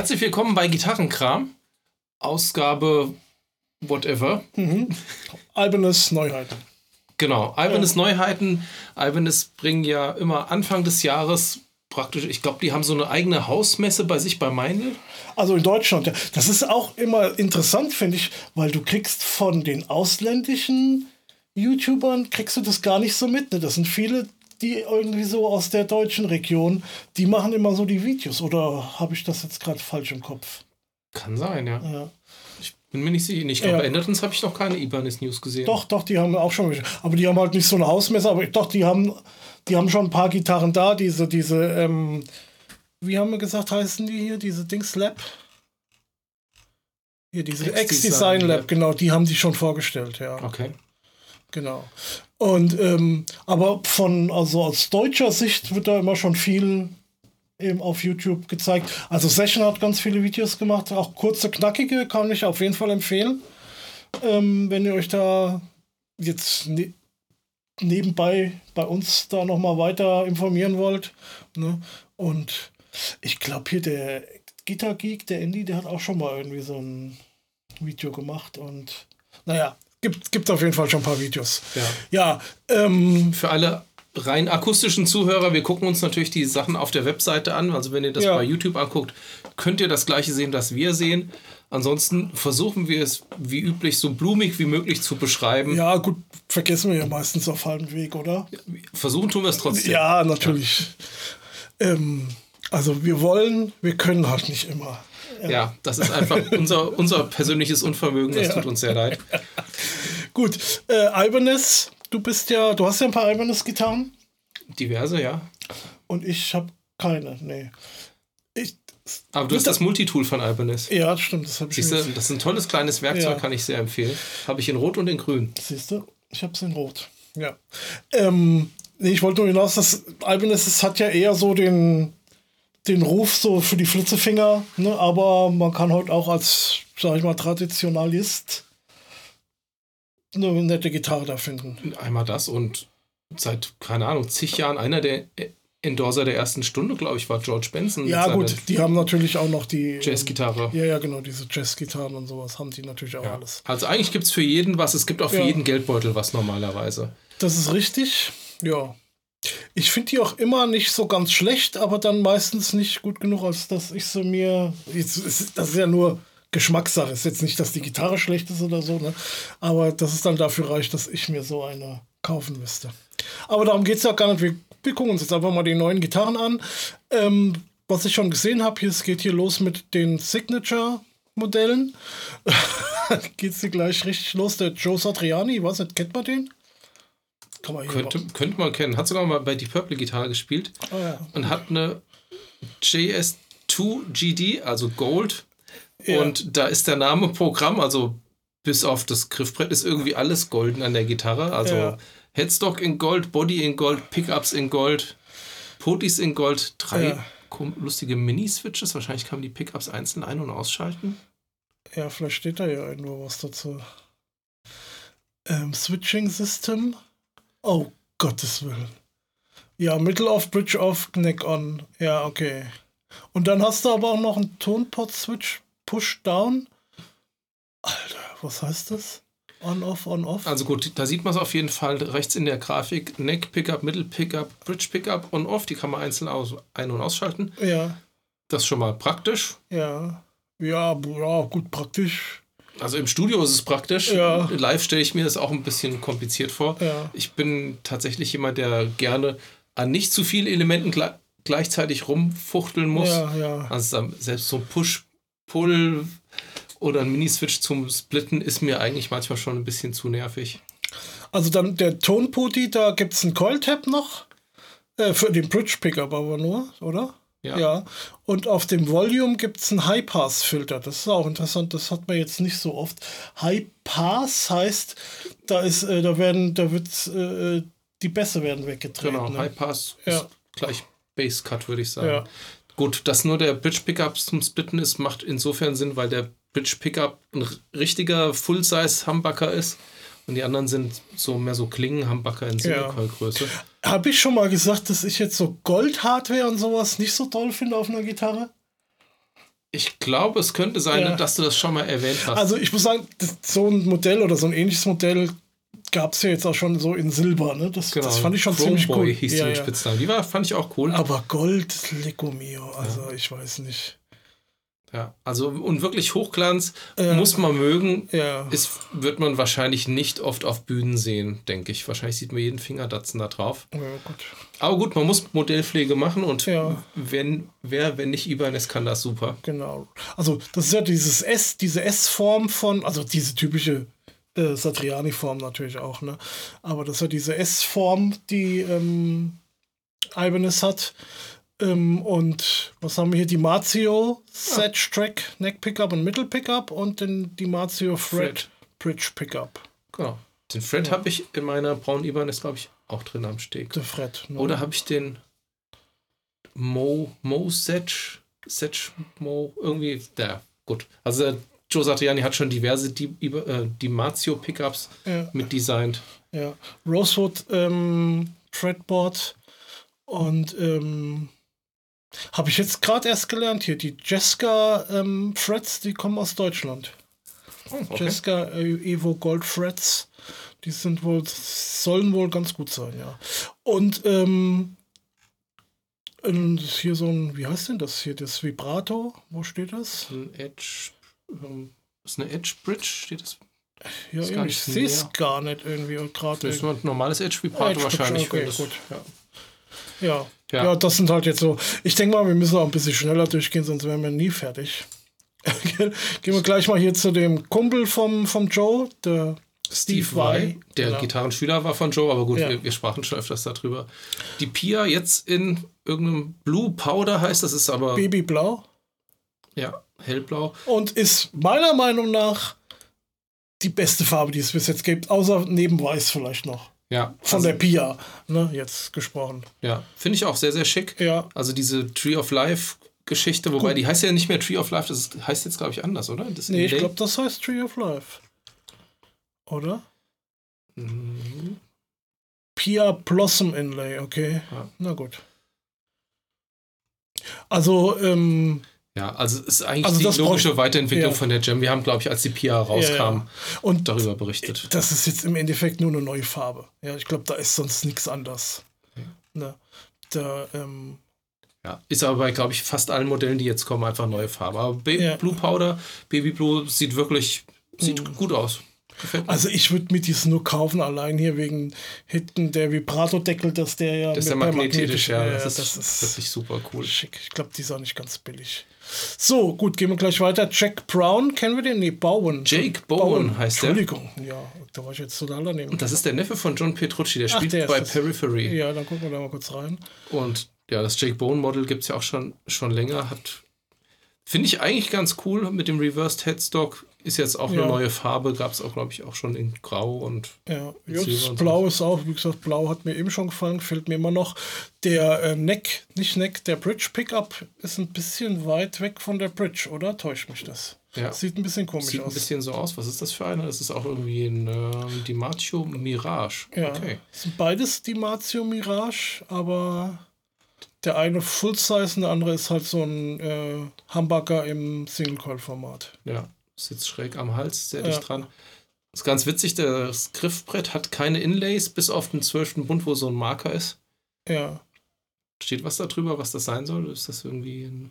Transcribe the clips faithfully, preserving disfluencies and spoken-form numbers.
Herzlich willkommen bei Gitarrenkram, Ausgabe whatever. Mhm. Albernes Neuheiten. Genau, Albernes ja. Neuheiten. Albernes bringen ja immer Anfang des Jahres praktisch, ich glaube, die haben so eine eigene Hausmesse bei sich bei Meindl. Also in Deutschland, ja. Das ist auch immer interessant, finde ich, weil du kriegst von den ausländischen YouTubern, kriegst du das gar nicht so mit. Ne? Das sind viele, die irgendwie so aus der deutschen Region, die machen immer so die Videos. Oder habe ich das jetzt gerade falsch im Kopf? Kann sein, ja. ja. Ich bin mir nicht sicher. Ich glaube, ja. bei Endertons habe ich noch keine Ibanez-News gesehen. Doch, doch, die haben auch schon. Aber die haben halt nicht so eine Hausmesse, aber doch, die haben, die haben schon ein paar Gitarren da, diese, diese, ähm, wie haben wir gesagt, heißen die hier, diese Dings Lab? Hier, diese X-Design Lab, Lab, genau, die haben die schon vorgestellt, ja. Okay. Genau. Und, ähm, aber von, also aus deutscher Sicht wird da immer schon viel eben auf YouTube gezeigt. Also Session hat ganz viele Videos gemacht, auch kurze, knackige, kann ich auf jeden Fall empfehlen. Ähm, wenn ihr euch da jetzt ne- nebenbei bei uns da nochmal weiter informieren wollt. Ne? Und ich glaube hier der Guitar Geek, der Andy, der hat auch schon mal irgendwie so ein Video gemacht und naja, gibt gibt auf jeden Fall schon ein paar Videos. Ja. Ja, ähm, für alle rein akustischen Zuhörer, wir gucken uns natürlich die Sachen auf der Webseite an. Also wenn ihr das ja. bei YouTube anguckt, könnt ihr das Gleiche sehen, das wir sehen. Ansonsten versuchen wir es wie üblich so blumig wie möglich zu beschreiben. Ja, gut, vergessen wir ja meistens auf halbem Weg, oder? Versuchen tun wir es trotzdem. Ja, natürlich. Ja. Ähm, also wir wollen, wir können halt nicht immer. Ja, ja das ist einfach unser, unser persönliches Unvermögen. Das ja. tut uns sehr leid. Gut, äh, Albernes, du bist ja, du hast ja ein paar Albernes-Gitarren. Diverse, ja. Und ich habe keine, nee. Ich, Aber du hast das Multitool von Albernes. Ja, stimmt. Das, ich Siehste, das ist ein tolles kleines Werkzeug, ja. kann ich sehr empfehlen. Habe ich in Rot und in Grün. Siehst du, ich habe es in Rot. Ja. Ähm, nee, ich wollte nur hinaus, dass Albernes, es hat ja eher so den, den Ruf so für die Flitzefinger, ne? Aber man kann heute auch als, sag ich mal, Traditionalist eine nette Gitarre da finden. Einmal das und seit, keine Ahnung, zig Jahren einer der Endorser der ersten Stunde, glaube ich, war George Benson. Ja gut, die haben natürlich auch noch die Jazzgitarre. Ähm, ja, ja, genau, diese Jazzgitarren und sowas haben die natürlich auch ja. alles. Also eigentlich gibt es für jeden was, es gibt auch für ja. jeden Geldbeutel was normalerweise. Das ist richtig, ja. Ich finde die auch immer nicht so ganz schlecht, aber dann meistens nicht gut genug, als dass ich sie mir... Jetzt ist, das ist ja nur Geschmackssache. Ist jetzt nicht, dass die Gitarre schlecht ist oder so, ne? Aber dass es dann dafür reicht, dass ich mir so eine kaufen müsste. Aber darum geht es ja gar nicht. Wir, wir gucken uns jetzt einfach mal die neuen Gitarren an. Ähm, was ich schon gesehen habe, es geht hier los mit den Signature-Modellen. Geht sie gleich richtig los. Der Joe Satriani, ich weiß nicht, kennt man den? Kann man hier könnte, könnte man kennen. Hat sogar mal bei Deep Purple Gitarre gespielt. Oh, ja. Und hat eine J S zwei G D, also Gold. Ja. Und da ist der Name Programm, also bis auf das Griffbrett ist irgendwie alles golden an der Gitarre. Also ja. Headstock in Gold, Body in Gold, Pickups in Gold, Potis in Gold, drei ja. lustige Mini-Switches. Wahrscheinlich kann man die Pickups einzeln ein- und ausschalten. Ja, vielleicht steht da ja irgendwo was dazu. Ähm, Switching System. Oh, Gottes Willen. Ja, Middle off, Bridge off, Neck on. Ja, okay. Und dann hast du aber auch noch einen Tonpot-Switch Push-Down. Alter, was heißt das? On-Off, On-Off? Also gut, da sieht man es auf jeden Fall rechts in der Grafik. Neck-Pickup, Middle-Pickup, Bridge-Pickup, On-Off. Die kann man einzeln aus, ein- und ausschalten. Ja. Das ist schon mal praktisch. Ja. Ja, ja, gut, praktisch. Also im Studio ist es praktisch. Ja. Live stelle ich mir das auch ein bisschen kompliziert vor. Ja. Ich bin tatsächlich jemand, der gerne an nicht zu vielen Elementen gle- gleichzeitig rumfuchteln muss. Ja, ja. Also selbst so ein Push Pull oder ein Mini-Switch zum Splitten ist mir eigentlich manchmal schon ein bisschen zu nervig. Also dann der Tonpoti, da gibt es einen Coil-Tab noch. Äh, für den Bridge-Pickup aber nur, oder? Ja. ja. Und auf dem Volume gibt es einen High-Pass-Filter. Das ist auch interessant, das hat man jetzt nicht so oft. High-Pass heißt, da ist, äh, da werden, da wird äh, die Bässe werden weggetreten. Genau, ne? High-Pass ja. ist gleich Bass-Cut, würde ich sagen. Ja. Gut, dass nur der Bridge-Pickup zum Splitten ist, macht insofern Sinn, weil der Bridge-Pickup ein richtiger Full-Size-Humbucker ist und die anderen sind so mehr so Klingen-Humbucker in Single-Coil-Größe. Ja. Habe ich schon mal gesagt, dass ich jetzt so Gold-Hardware und sowas nicht so toll finde auf einer Gitarre? Ich glaube, es könnte sein, Ja. dass du das schon mal erwähnt hast. Also ich muss sagen, das, so ein Modell oder so ein ähnliches Modell gab es ja jetzt auch schon so in Silber. Ne? Das, genau. das fand ich schon Chrome ziemlich Boy cool. hieß ja, die ja. Spitzname. Die war, fand ich auch cool. Aber Gold, Lego mio, also ja. ich weiß nicht. Ja, also und wirklich Hochglanz Ja. muss man mögen. Ja. Ist, wird man wahrscheinlich nicht oft auf Bühnen sehen, denke ich. Wahrscheinlich sieht man jeden Fingerdatzen da drauf. Ja, gut. Aber gut, man muss Modellpflege machen und Ja. wenn, wer, wenn nicht Ibanez, kann das super. Genau. Also das ist ja dieses S, diese S-Form von, also diese typische äh, Satriani-Form natürlich auch, ne? Aber das ist ja diese S-Form, die ähm, Ibanez hat. Ähm, und was haben wir hier? Die Mazio Sedge Track Neck Pickup und Mittel Pickup und den die Mazio Fred, Fred. Bridge Pickup. Genau. Den Fred Ja. habe ich in meiner braunen Ibanez, glaube ich, auch drin am Steg. Der Fred. Ne? Oder habe ich den Mo, Mo Sedge, Sedge Mo, irgendwie, der, gut. Also der Joe Satriani hat schon diverse die, äh, die Mazio Pickups Ja. mit designt. Ja. Rosewood ähm, Fretboard und ähm, habe ich jetzt gerade erst gelernt hier. Die Jeska ähm, Frets, die kommen aus Deutschland. Oh, okay. Jeska äh, Evo Gold Frets, die sind wohl, sollen wohl ganz gut sein, ja. Und ähm, ähm, hier so ein, wie heißt denn das hier, das Vibrato? Wo steht das? Ein Edge, ähm, ist eine Edge Bridge, steht das? Ja, Ist gar irgendwie, ich nicht sehe es näher. gar nicht irgendwie gerade. Das ist ein normales Edge Vibrato Edge Bridge, wahrscheinlich. okay, wenn das, gut. Ja. Ja. Ja. Ja. das sind halt jetzt so. Ich denke mal, wir müssen auch ein bisschen schneller durchgehen, sonst wären wir nie fertig. Gehen wir gleich mal hier zu dem Kumpel vom, vom Joe, der Steve Vai, der Genau. Gitarrenschüler war von Joe, aber gut, Ja. wir, wir sprachen schon öfters darüber. Die Pia jetzt in irgendeinem Blue Powder heißt, das ist aber Babyblau. ja, hellblau. Und ist meiner Meinung nach die beste Farbe, die es bis jetzt gibt, außer neben Weiß vielleicht noch. Ja, Von also, der Pia, ne, jetzt gesprochen. ja, finde ich auch sehr, sehr schick. Ja. Also diese Tree of Life Geschichte, wobei die heißt ja nicht mehr Tree of Life, das ist, heißt jetzt, glaube ich, anders, oder? Das Nee, ich Inlay? glaube, das heißt Tree of Life. Oder? Mhm. Pia Blossom Inlay, okay. Ja. Na gut. Also, ähm, Ja, also es ist eigentlich Also die das logische braucht- Weiterentwicklung ja. von der Jam. Wir haben, glaube ich, als die Pia rauskam, ja, ja. Und darüber berichtet. das ist jetzt im Endeffekt nur eine neue Farbe. Ja, ich glaube, da ist sonst nichts anders. Ne? Da, ähm, Ja, ist aber bei, glaube ich, fast allen Modellen, die jetzt kommen, einfach neue Farbe. Aber Ba- Ja. Blue Powder, Baby Blue sieht wirklich sieht gut aus. Gefällt mir. also ich würde mir dies nur kaufen, allein hier wegen hinten der Vibratodeckel, dass der ja das ist ja mit- bei magnetisch, ja. ja, Das, das ist ist wirklich super cool. schick. Ich glaube, die ist auch nicht ganz billig. So, gut, gehen wir gleich weiter. Jack Brown, kennen wir den? Nee, Bowen. Jake Bowen heißt der. Entschuldigung, ja, da war ich jetzt total daneben. Und das ist der Neffe von John Petrucci, der Ach, spielt der ist bei das. Periphery. Ja, dann gucken wir da mal kurz rein. Und ja, das Jake Bowen Model gibt es ja auch schon, schon länger. Hat finde ich eigentlich ganz cool mit dem Reversed Headstock. Ist jetzt auch Ja. eine neue Farbe. Gab es auch, glaube ich, auch schon in Grau und Ja, Mit Silber jetzt und Blau ist auch, wie gesagt, Blau hat mir eben schon gefallen, fehlt mir immer noch. Der äh, Neck, nicht Neck, der Bridge Pickup ist ein bisschen weit weg von der Bridge, oder? Täuscht mich das? Ja. Sieht ein bisschen komisch sieht aus. ein bisschen so aus. Was ist das für einer? Das ist auch irgendwie ein ähm, DiMaggio Mirage. ja, Okay. es sind beides die Mazio Mirage, aber der eine Full-Size und der andere ist halt so ein äh, Humbucker im Single-Coil-Format. Ja, sitzt schräg am Hals, sehr Ja. dicht dran. Ist ganz witzig, das Griffbrett hat keine Inlays, bis auf den zwölften Bund, wo so ein Marker ist. Ja, Steht was da drüber, was das sein soll? Ist das irgendwie ein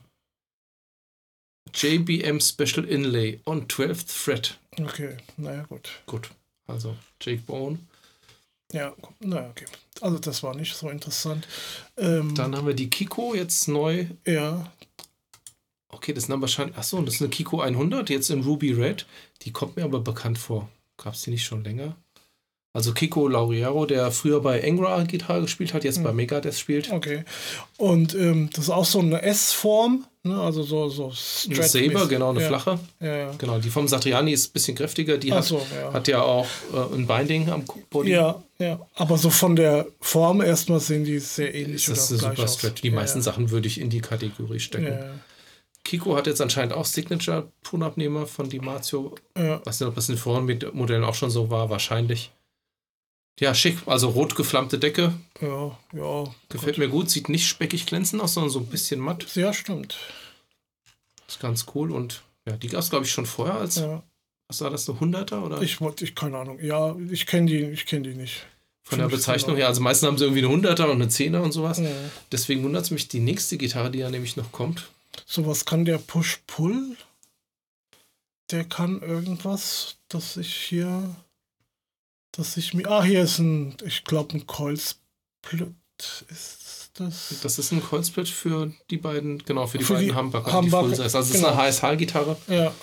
J B M Special Inlay on twelfth Fret? okay, naja, gut. Gut, also Jake Bowen. Ja, naja, okay. Also das war nicht so interessant. Ähm, Dann haben wir die Kiko jetzt neu. ja, Okay, das ist dann wahrscheinlich. Achso, das ist eine Kiko hundert, jetzt in Ruby Red. Die kommt mir aber bekannt vor. Gab es die nicht schon länger? Also Kiko Lauriero, der früher bei Angra Gitarre gespielt hat, jetzt Hm. bei Megadeth spielt. okay. Und ähm, das ist auch so eine S-Form, ne? Also so, so Ein Strat- Saber, genau, eine ja. flache. Ja, ja. Genau, die vom Satriani ist ein bisschen kräftiger. Die Ach hat, so, ja. hat ja auch äh, ein Binding am Body. Ja, ja. Aber so von der Form erstmal sehen die sehr ähnlich Das ist oder eine gleich super aus. Stretch. Die ja, meisten ja. Sachen würde ich in die Kategorie stecken. Ja, Kiko hat jetzt anscheinend auch Signature-Tonabnehmer von DiMaggio. ja. Weiß nicht, ob das in den Vormodellen auch schon so war. Wahrscheinlich. Ja, schick. Also rot geflammte Decke. Ja, ja. Gefällt mir gut. Sieht nicht speckig glänzend aus, sondern so ein bisschen matt. Ja, stimmt. ist ganz cool und ja, die gab es, glaube ich, schon vorher als, Ja. was war das, eine hunderter oder? Ich wollte, ich keine Ahnung. Ja, ich kenne die, ich kenne die nicht. Von der Bezeichnung her, also meistens haben sie irgendwie eine hunderter und eine zehner und sowas. Ja. Deswegen wundert es mich, die nächste Gitarre, die ja nämlich noch kommt. So was kann der Push-Pull? Der kann irgendwas, dass ich hier, dass ich mir, ah, hier ist ein, ich glaube ein Coil-Split ist das. Das ist ein Coil-Split für die beiden, genau, für die Für beiden die Humbucker, Humbucker, die Full-Size. Also es genau. ist eine H S H-Gitarre. Ja.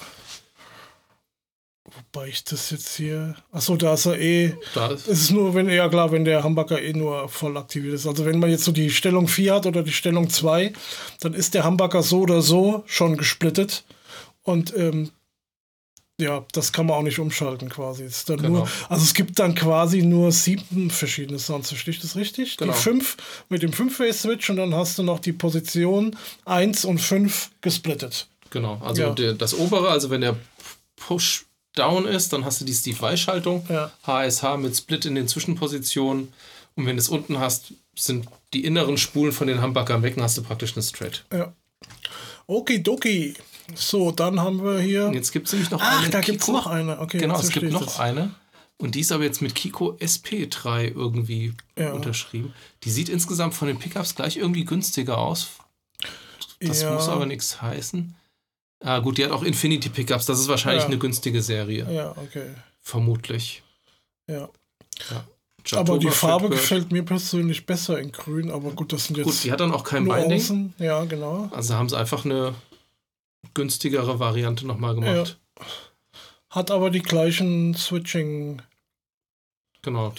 Wobei ich das jetzt hier, achso, da ist er eh, Da ist, es ist nur, wenn, ja klar, wenn der Humbucker eh nur voll aktiviert ist. Also wenn man jetzt so die Stellung vier hat oder die Stellung zwei, dann ist der Humbucker so oder so schon gesplittet. Und ähm, ja, das kann man auch nicht umschalten quasi. Es ist dann Genau. nur, also es gibt dann quasi nur sieben verschiedene Sounds. Verstehe ich das richtig? Genau. Die fünf mit dem fünf-Way-Switch und dann hast du noch die Position eins und fünf gesplittet. genau, also Ja. der, das obere, also wenn der Push down ist, dann hast du die Steve-Vai-Schaltung, Ja. H S H mit Split in den Zwischenpositionen und wenn du es unten hast, sind die inneren Spulen von den Humbuckern weg und hast du praktisch eine Strat. Ja. Okidoki. So, dann haben wir hier. Und jetzt gibt es nämlich noch Ach, eine da gibt es Kiko. noch eine. Okay, Genau, jetzt es gibt verstehe ich noch das. eine. Und die ist aber jetzt mit Kiko S P drei irgendwie Ja. unterschrieben. Die sieht insgesamt von den Pickups gleich irgendwie günstiger aus. Das Ja. muss aber nichts heißen. Ah, gut, die hat auch Infinity Pickups. Das ist wahrscheinlich Ja. eine günstige Serie. Ja, okay. Vermutlich. Ja. Ja. Aber die Jatoba, Farbe Fredbird. gefällt mir persönlich besser in grün. Aber gut, das sind jetzt Gut, die hat dann auch kein nur Binding. außen. Ja, genau. Also haben sie einfach eine günstigere Variante nochmal gemacht. Hat aber die gleichen Switching-Funktionen Genau.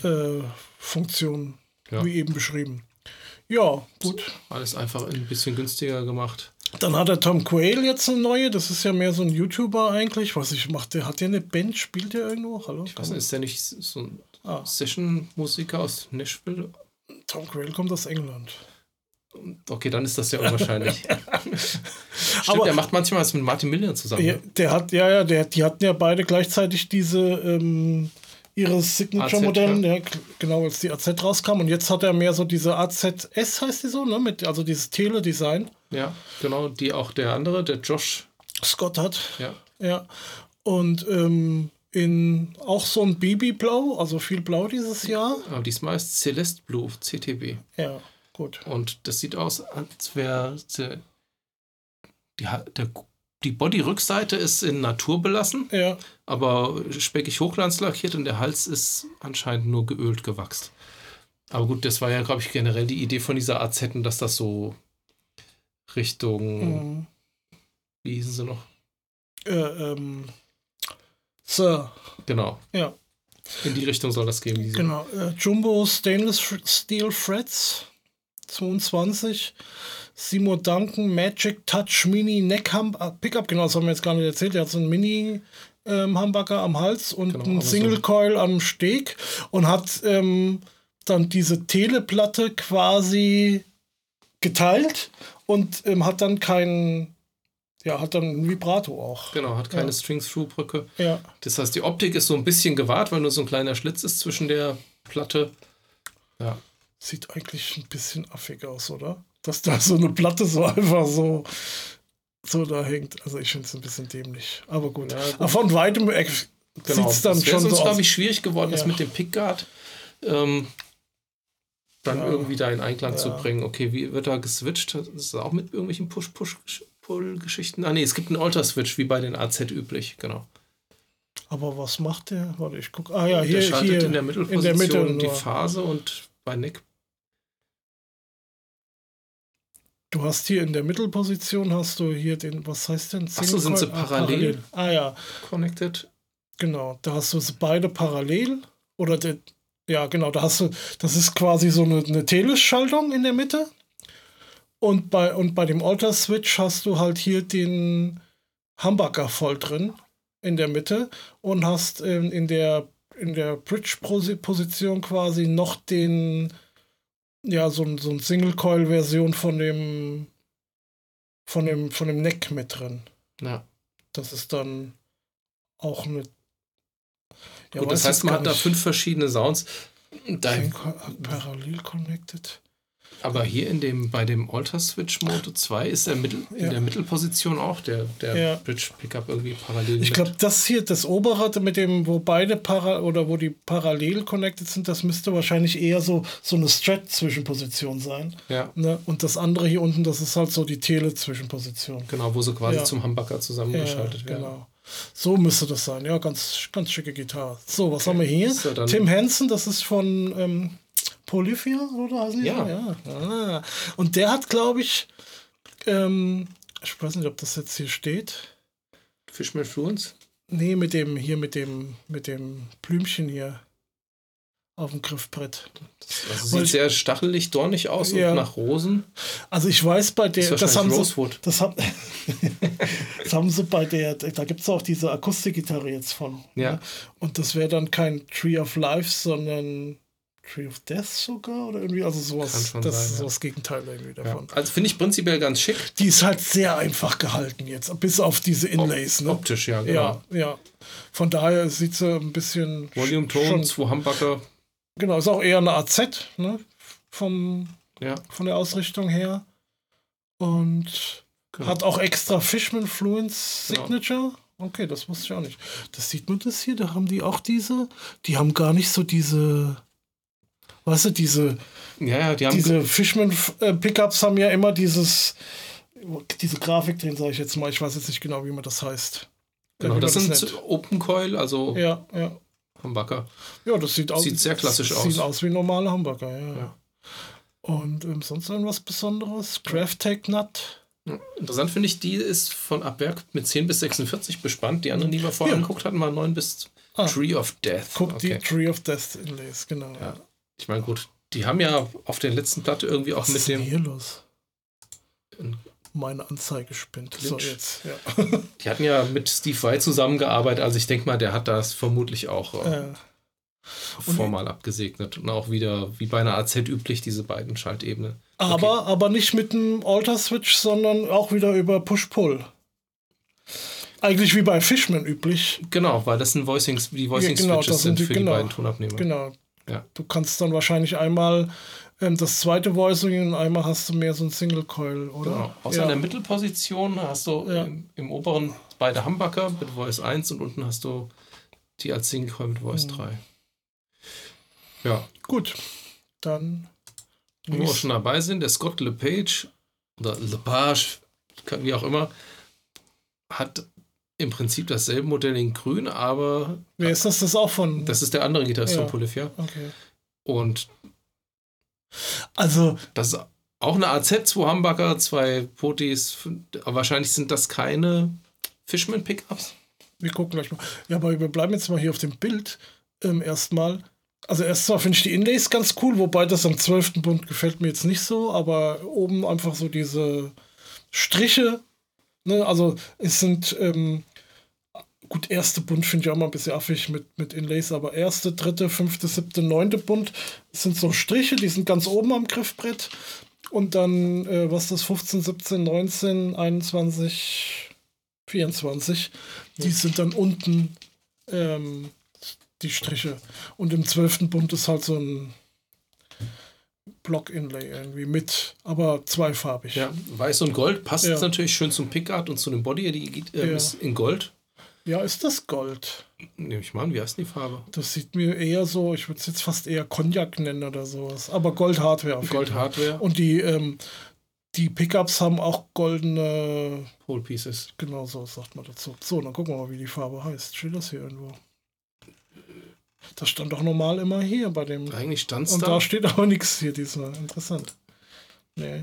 Ja. wie eben beschrieben. Ja, gut. Alles einfach ein bisschen günstiger gemacht. Dann hat der Tom Quayle jetzt eine neue. Das ist ja mehr so ein YouTuber eigentlich. Was ich macht, der hat der eine Band? Spielt der irgendwo? Hallo? Ich weiß nicht, ist der nicht so ein Ah. Session-Musiker aus Nashville? Tom Quayle kommt aus England. Okay, dann ist das ja unwahrscheinlich. Stimmt, Aber- der macht manchmal was mit Martin Miller zusammen. Ja, ne? der hat, ja, ja, der, die hatten ja beide gleichzeitig diese, ähm, ihre Signature-Modelle, ja. Genau, als die A Z rauskam. Und jetzt hat er mehr so diese A Z S, heißt die so, ne? Mit, also dieses Tele-Design. Ja, genau, die auch der andere, der Josh. Scott hat. Ja, Ja. Und ähm, in auch so ein Babyblau, also viel Blau dieses Jahr. aber diesmal ist Celeste Blue, C T B. Ja, gut. Und das sieht aus, als wäre sie- die, Ha- der, die Body-Rückseite ist in Natur belassen, Ja, aber speckig hochglanzlackiert und der Hals ist anscheinend nur geölt gewachst. Aber gut, das war ja, glaube ich, generell die Idee von dieser A Z, dass das so Richtung, mhm. wie hießen sie noch? äh, ähm, Sir. Genau, Ja, in die Richtung soll das gehen. Diese. genau. Äh, Jumbo Stainless Steel Frets zweiundzwanzig. Seymour Duncan Magic Touch Mini Neck Hum ah, Pickup, genau, das haben wir jetzt gar nicht erzählt. Der hat so einen Mini ähm, Humbucker am Hals und Genau, einen aber so- Single Coil am Steg und hat ähm, dann diese Teleplatte quasi geteilt und ähm, hat dann keinen, ja, hat dann ein Vibrato auch. Genau, hat keine Ja. String-Through-Brücke. Ja, Das heißt, die Optik ist so ein bisschen gewahrt, weil nur so ein kleiner Schlitz ist zwischen der Platte. Ja, sieht eigentlich ein bisschen affig aus, oder? Dass da so eine Platte so einfach so, so da hängt. Also ich finde es ein bisschen dämlich. Aber gut. Ja, gut. Aber von weitem äh, genau. sieht es dann das wäre schon sonst, so glaube aus. ich, schwierig geworden, das Ja. mit dem Pickguard ähm, dann Ja. irgendwie da in Einklang Ja. zu bringen. Okay, wie wird da geswitcht? Das ist auch mit irgendwelchen Push-Push-Pull-Geschichten. Ah, nee, es gibt einen Alter-Switch, wie bei den A Z üblich, genau. Aber was macht der? Warte, ich gucke. Ah ja, Der hier, schaltet hier in der Mittelposition Mitte die nur. Phase und bei Neck. Du hast hier in der Mittelposition hast du hier den, was heißt denn? Ach so, sind sie Single Coil? parallel? Ah, parallel. Ah ja, Connected. genau. Da hast du sie beide parallel. Oder der, ja, genau, da hast du, das ist quasi so eine, eine Teleschaltung in der Mitte. Und bei, und bei dem Alter-Switch hast du halt hier den Humbucker voll drin in der Mitte und hast ähm, in der, in der Bridge-Position quasi noch den, ja, so ein, so ein Single-Coil-Version von dem, von dem, von dem Neck mit drin. Ja. Das ist dann auch eine. Ja, Gut, das weiß heißt, jetzt man gar hat da nicht. fünf verschiedene Sounds. Da, Sync- Parallel connected. Aber hier in dem, bei dem Alter-Switch Moto zwei ist der Mittel, Ja. in der Mittelposition auch der, der Ja. Bridge-Pickup irgendwie parallel Ich mit. glaube, das hier, das obere, mit dem, wo beide para oder wo die parallel connected sind, das müsste wahrscheinlich eher so, so eine Strat-Zwischenposition sein. Ja, Ne? Und das andere hier unten, das ist halt so die Tele-Zwischenposition. genau, wo sie quasi Ja. zum Humbucker zusammengeschaltet Ja, werden. genau. So müsste das sein. Ja, ganz, ganz schicke Gitarre. So, was haben wir hier? So, dann- Tim Henson, das ist von ähm, Polyphia, oder heißen die Ja. so? Ja. Ah. Und der hat, glaube ich, ähm, ich weiß nicht, ob das jetzt hier steht. Fishman Fluence? Nee, mit dem, hier mit dem, mit dem Blümchen hier auf dem Griffbrett. Also Weil- sieht sehr stachelig, dornig aus Ja. und nach Rosen. Also ich weiß bei der, Das ist das haben wahrscheinlich sie, Rosewood. das haben, das haben sie bei der, da gibt es auch diese Akustikgitarre jetzt von. Ja. Ne? Und das wäre dann kein Tree of Life, sondern Tree of Death sogar oder irgendwie, also Kann sowas, schon das sein, ist ja. so das Gegenteil irgendwie Ja. davon. Also finde ich prinzipiell ganz schick. Die ist halt sehr einfach gehalten jetzt, bis auf diese Inlays, ne? Optisch, ja, genau. Ja, ja. Von daher sieht sie ein bisschen Volume Tone, schon, zwei Humbucker. genau, ist auch eher eine A Z, ne? Vom, Ja, von der Ausrichtung her. Und genau. hat auch extra Fishman Fluence Genau. Signature. Okay, das wusste ich auch nicht. Das sieht man das hier, da haben die auch diese. Die haben gar nicht so diese, weißt du, diese, ja, ja, die haben diese Fishman äh, Pickups haben ja immer dieses, diese Grafik drin, sage ich jetzt mal. Ich weiß jetzt nicht genau, wie man das heißt. genau, Wie man das sind nennt. Open Coil, also Ja, ja. Humbucker. Ja, das sieht aus. Sieht sehr klassisch das aus. Sieht aus wie normale Hamburger, ja. Ja. Und ähm, sonst irgendwas Besonderes? Craft Take Nut. Interessant finde ich, die ist von Abwerk mit zehn bis sechsundvierzig bespannt. Die anderen, die wir vorher Ja. angeguckt hatten, waren neun bis Ah. Tree of Death. Guck Okay. die Tree of Death Inlays, genau. Ja. Ich meine, gut, die haben ja auf der letzten Platte irgendwie auch Was mit ist denn dem. hier los? Ein Meine Anzeige spinnt. So, Glitch. jetzt. Ja. Die hatten ja mit Steve Vai zusammengearbeitet, also ich denke mal, der hat das vermutlich auch äh, äh, formal abgesegnet. Und auch wieder, wie bei einer A Z üblich, diese beiden Schaltebenen. aber, aber nicht mit dem Alter-Switch, sondern auch wieder über Push-Pull. Eigentlich wie bei Fishman üblich. Genau, weil das sind Voicings, die Voicing-Switches genau, das sind sind die- für genau. die beiden Tonabnehmer. Genau. Ja. Du kannst dann wahrscheinlich einmal ähm, das zweite Voicing und einmal hast du mehr so ein Single-Coil, oder? Genau. Außer ja. in der Mittelposition hast du Ja. im, im oberen beide Humbucker mit Voice eins und unten hast du die als Single Coil mit Voice Mhm. drei. Ja, Gut, dann. wo wir schon dabei sind, der Scott LePage oder LePage, wie auch immer, hat im Prinzip dasselbe Modell in grün, aber Wer ist das? Das ist auch von. das ist der andere Gitarrist Ja. von Polyphia. Okay. Und Also, das ist auch eine A Z, zwei Humbucker, zwei Potis, aber wahrscheinlich sind das keine Fishman Pickups. wir gucken gleich mal. Ja, aber wir bleiben jetzt mal hier auf dem Bild ähm, erstmal. Also erstmal finde ich die Inlays ganz cool, wobei das am zwölften Bund gefällt mir jetzt nicht so, aber oben einfach so diese Striche. Ne? Also es sind, ähm, gut, erste Bund finde ich auch mal ein bisschen affig mit, mit Inlays, aber erste, dritte, fünfte, siebte, neunte Bund sind so Striche, die sind ganz oben am Griffbrett. Und dann, äh, was ist das, fünfzehn, siebzehn, neunzehn, einundzwanzig, vierundzwanzig, die sind dann unten ähm, die Striche. Und im zwölften Bund ist halt so ein Block-Inlay irgendwie mit, aber zweifarbig. Ja, weiß und Gold passt Ja. natürlich schön zum Pickguard und zu dem Body. Die geht, äh, Ja. ist in Gold. Ja, ist das Gold? Nehme ich mal an, wie heißt die Farbe? Das sieht mir eher so, ich würde es jetzt fast eher Cognac nennen oder sowas. Aber Gold-Hardware auf jeden Gold Fall. Hardware, Und die, ähm, die Pickups haben auch goldene, Pole Pieces. genau so sagt man dazu. So, dann gucken wir mal, wie die Farbe heißt. Steht das hier irgendwo? Das stand doch normal immer hier bei dem. Eigentlich stand es Und da. da steht aber nichts hier diesmal. Interessant. Nee.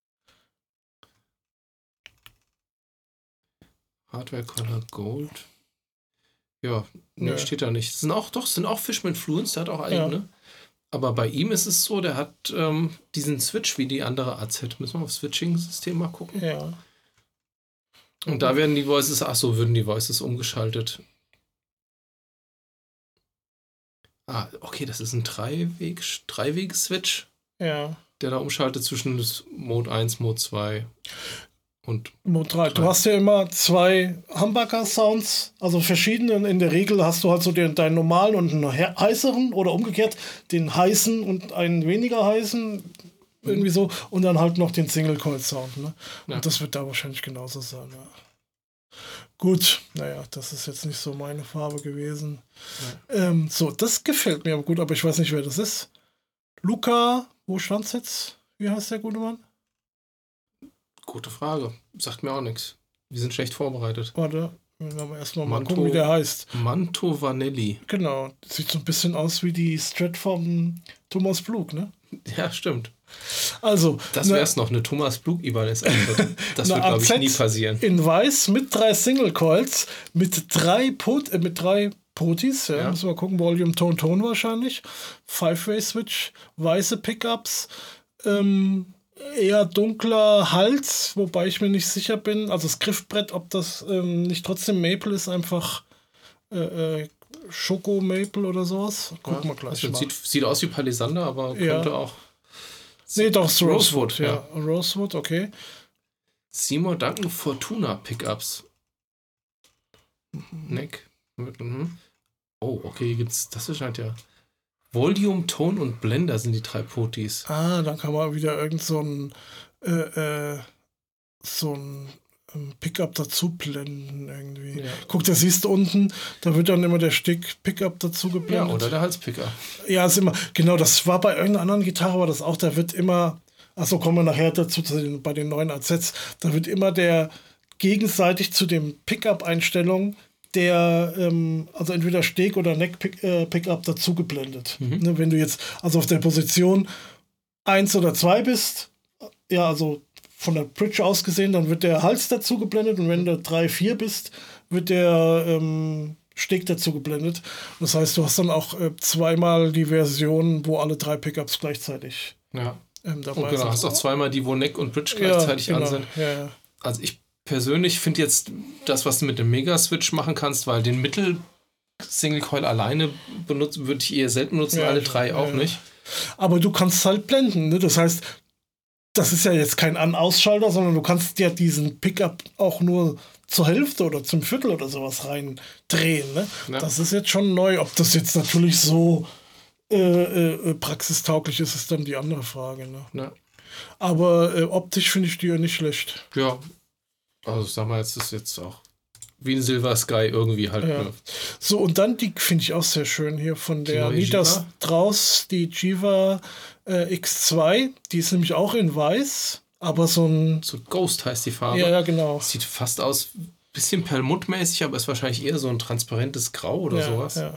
Hardware Color Gold. Ja, nee, Nö. steht da nicht. Es sind auch, doch, es sind auch Fishman Fluence, der hat auch Ja. eigene. Aber bei ihm ist es so, der hat ähm, diesen Switch wie die andere A Z. Müssen wir auf Switching-System mal gucken. Ja. Und da werden die Voices, ach so, würden die Voices umgeschaltet. Ah, okay, das ist ein Dreiweg, Dreiweg-Switch, Ja. der da umschaltet zwischen das Mode eins, Mode zwei und Mode drei. Du hast ja immer zwei Humbucker-Sounds, also verschiedene. In der Regel hast du halt so den, deinen normalen und einen he- heißeren oder umgekehrt den heißen und einen weniger heißen. irgendwie so. Und dann halt noch den Single-Coil-Sound. Ne? Ja. Und das wird da wahrscheinlich genauso sein. Ja. Gut, naja, das ist jetzt nicht so meine Farbe gewesen. Ja. Ähm, so, das gefällt mir aber gut, aber ich weiß nicht, wer das ist. Luca, wo stand's jetzt? Wie heißt der gute Mann? Gute Frage. Sagt mir auch nichts. Wir sind schlecht vorbereitet. Warte, wir erstmal mal gucken, wie der heißt. Manto Vanelli. Genau, das sieht so ein bisschen aus wie die Strat vom Thomas Blug, ne? Ja, stimmt. Also, das wäre es noch, eine Thomas Blug Ibanez. Das wird, glaube ich, nie passieren. In weiß mit drei Single Coils, mit drei Pot, äh, mit drei Potis, ja, ja. Müssen wir gucken, Volume, Tone, Tone wahrscheinlich. Five-Way-Switch, weiße Pickups, ähm, eher dunkler Hals, wobei ich mir nicht sicher bin, also das Griffbrett, ob das ähm, nicht trotzdem Maple ist, einfach äh, äh, Schoko Maple oder sowas. Gucken ja, wir gleich also mal. Sieht, sieht aus wie Palisander, aber ja. könnte auch... Nee, doch, Rosewood, Rosewood, ja. ja. Rosewood, okay. Seymour Duncan Fortuna Pickups. Mhm. Neck. Mhm. Oh, okay, hier gibt's, das scheint ja... Volume, Tone und Blender sind die drei Potis. Ah, dann kann man wieder irgend so ein äh, äh, so ein Pickup dazu blenden irgendwie. Ja. Guck, da siehst du unten, da wird dann immer der Stick Pickup dazu geblendet. Ja, oder der Halspicker. Ja, ist immer, genau, das war bei irgendeiner anderen Gitarre, war das auch, da wird immer, achso, kommen wir nachher dazu, bei den neuen A Zs, da wird immer der gegenseitig zu dem Pickup-Einstellung der, ähm, also entweder Steg- oder Neck-Pickup dazu geblendet. Mhm. Ne, wenn du jetzt also auf der Position eins oder zwei bist, ja, also von der Bridge aus gesehen, dann wird der Hals dazu geblendet und wenn du drei, vier bist, wird der ähm, Steg dazu geblendet. Das heißt, du hast dann auch äh, zweimal die Version, wo alle drei Pickups gleichzeitig ja. ähm, dabei und genau, sind. hast auch zweimal die, wo Neck und Bridge gleichzeitig ja, genau. an sind. Ja, ja. Also ich persönlich finde jetzt das, was du mit dem Mega-Switch machen kannst, weil den Mittel-Single-Coil alleine benutzen, würde ich eher selten benutzen, ja, alle drei ja, auch ja. nicht. Aber du kannst halt blenden, ne? Das heißt, das ist ja jetzt kein An-Ausschalter, sondern du kannst ja diesen Pickup auch nur zur Hälfte oder zum Viertel oder sowas rein drehen. Ne? Ja. Das ist jetzt schon neu. Ob das jetzt natürlich so äh, äh, praxistauglich ist, ist dann die andere Frage. Ne? Ja. Aber äh, optisch finde ich die ja nicht schlecht. Ja. Also sag mal, es ist jetzt auch wie ein Silver Sky irgendwie halt. Ja. Ne? So, und dann die finde ich auch sehr schön hier von der Nita Strauss, die Jiva äh, X zwei. Die ist nämlich auch in weiß, aber so ein... So Ghost heißt die Farbe. Ja, ja, genau. Sieht fast aus, bisschen perlmuttmäßig, aber ist wahrscheinlich eher so ein transparentes Grau oder ja, sowas. Ja.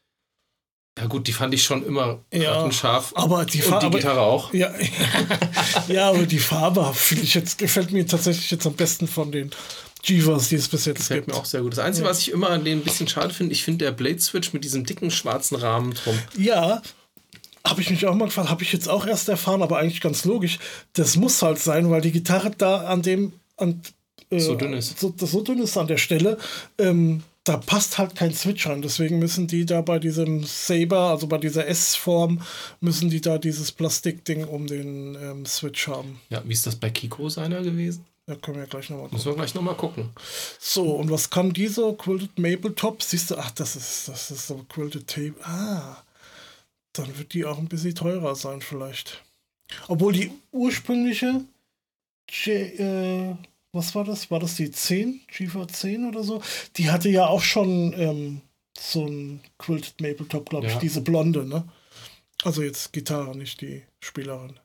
Ja gut, die fand ich schon immer ja, scharf. Aber die Farbe, und die Gitarre auch. Ja, ja, aber die Farbe finde ich jetzt, gefällt mir tatsächlich jetzt am besten von den Jivas, die es bis jetzt gefällt gibt. Mir auch sehr gut. Das Einzige, ja. was ich immer an denen ein bisschen schade finde, ich finde der Blade-Switch mit diesem dicken schwarzen Rahmen drum. Ja, habe ich mich auch mal gefragt, habe ich jetzt auch erst erfahren, aber eigentlich ganz logisch. Das muss halt sein, weil die Gitarre da an dem, an, äh, so dünn ist. So, so dünn ist an der Stelle, ähm, da passt halt kein Switch rein. Deswegen müssen die da bei diesem Saber, also bei dieser S-Form, müssen die da dieses Plastikding um den ähm, Switch haben. Ja, wie ist das bei Kiko seiner gewesen? Da können wir ja gleich nochmal gucken. Müssen wir gleich nochmal gucken. So, und was kann dieser Quilted Maple Top? Siehst du, ach, das ist, das ist so Quilted Tape. Ah, dann wird die auch ein bisschen teurer sein vielleicht. Obwohl die ursprüngliche J, äh, was war das? War das die zehn? Jiva zehn oder so? Die hatte ja auch schon ähm, so ein Quilted Maple Top, glaube ich. Ja. Diese blonde, ne? Also jetzt Gitarre, nicht die Spielerin.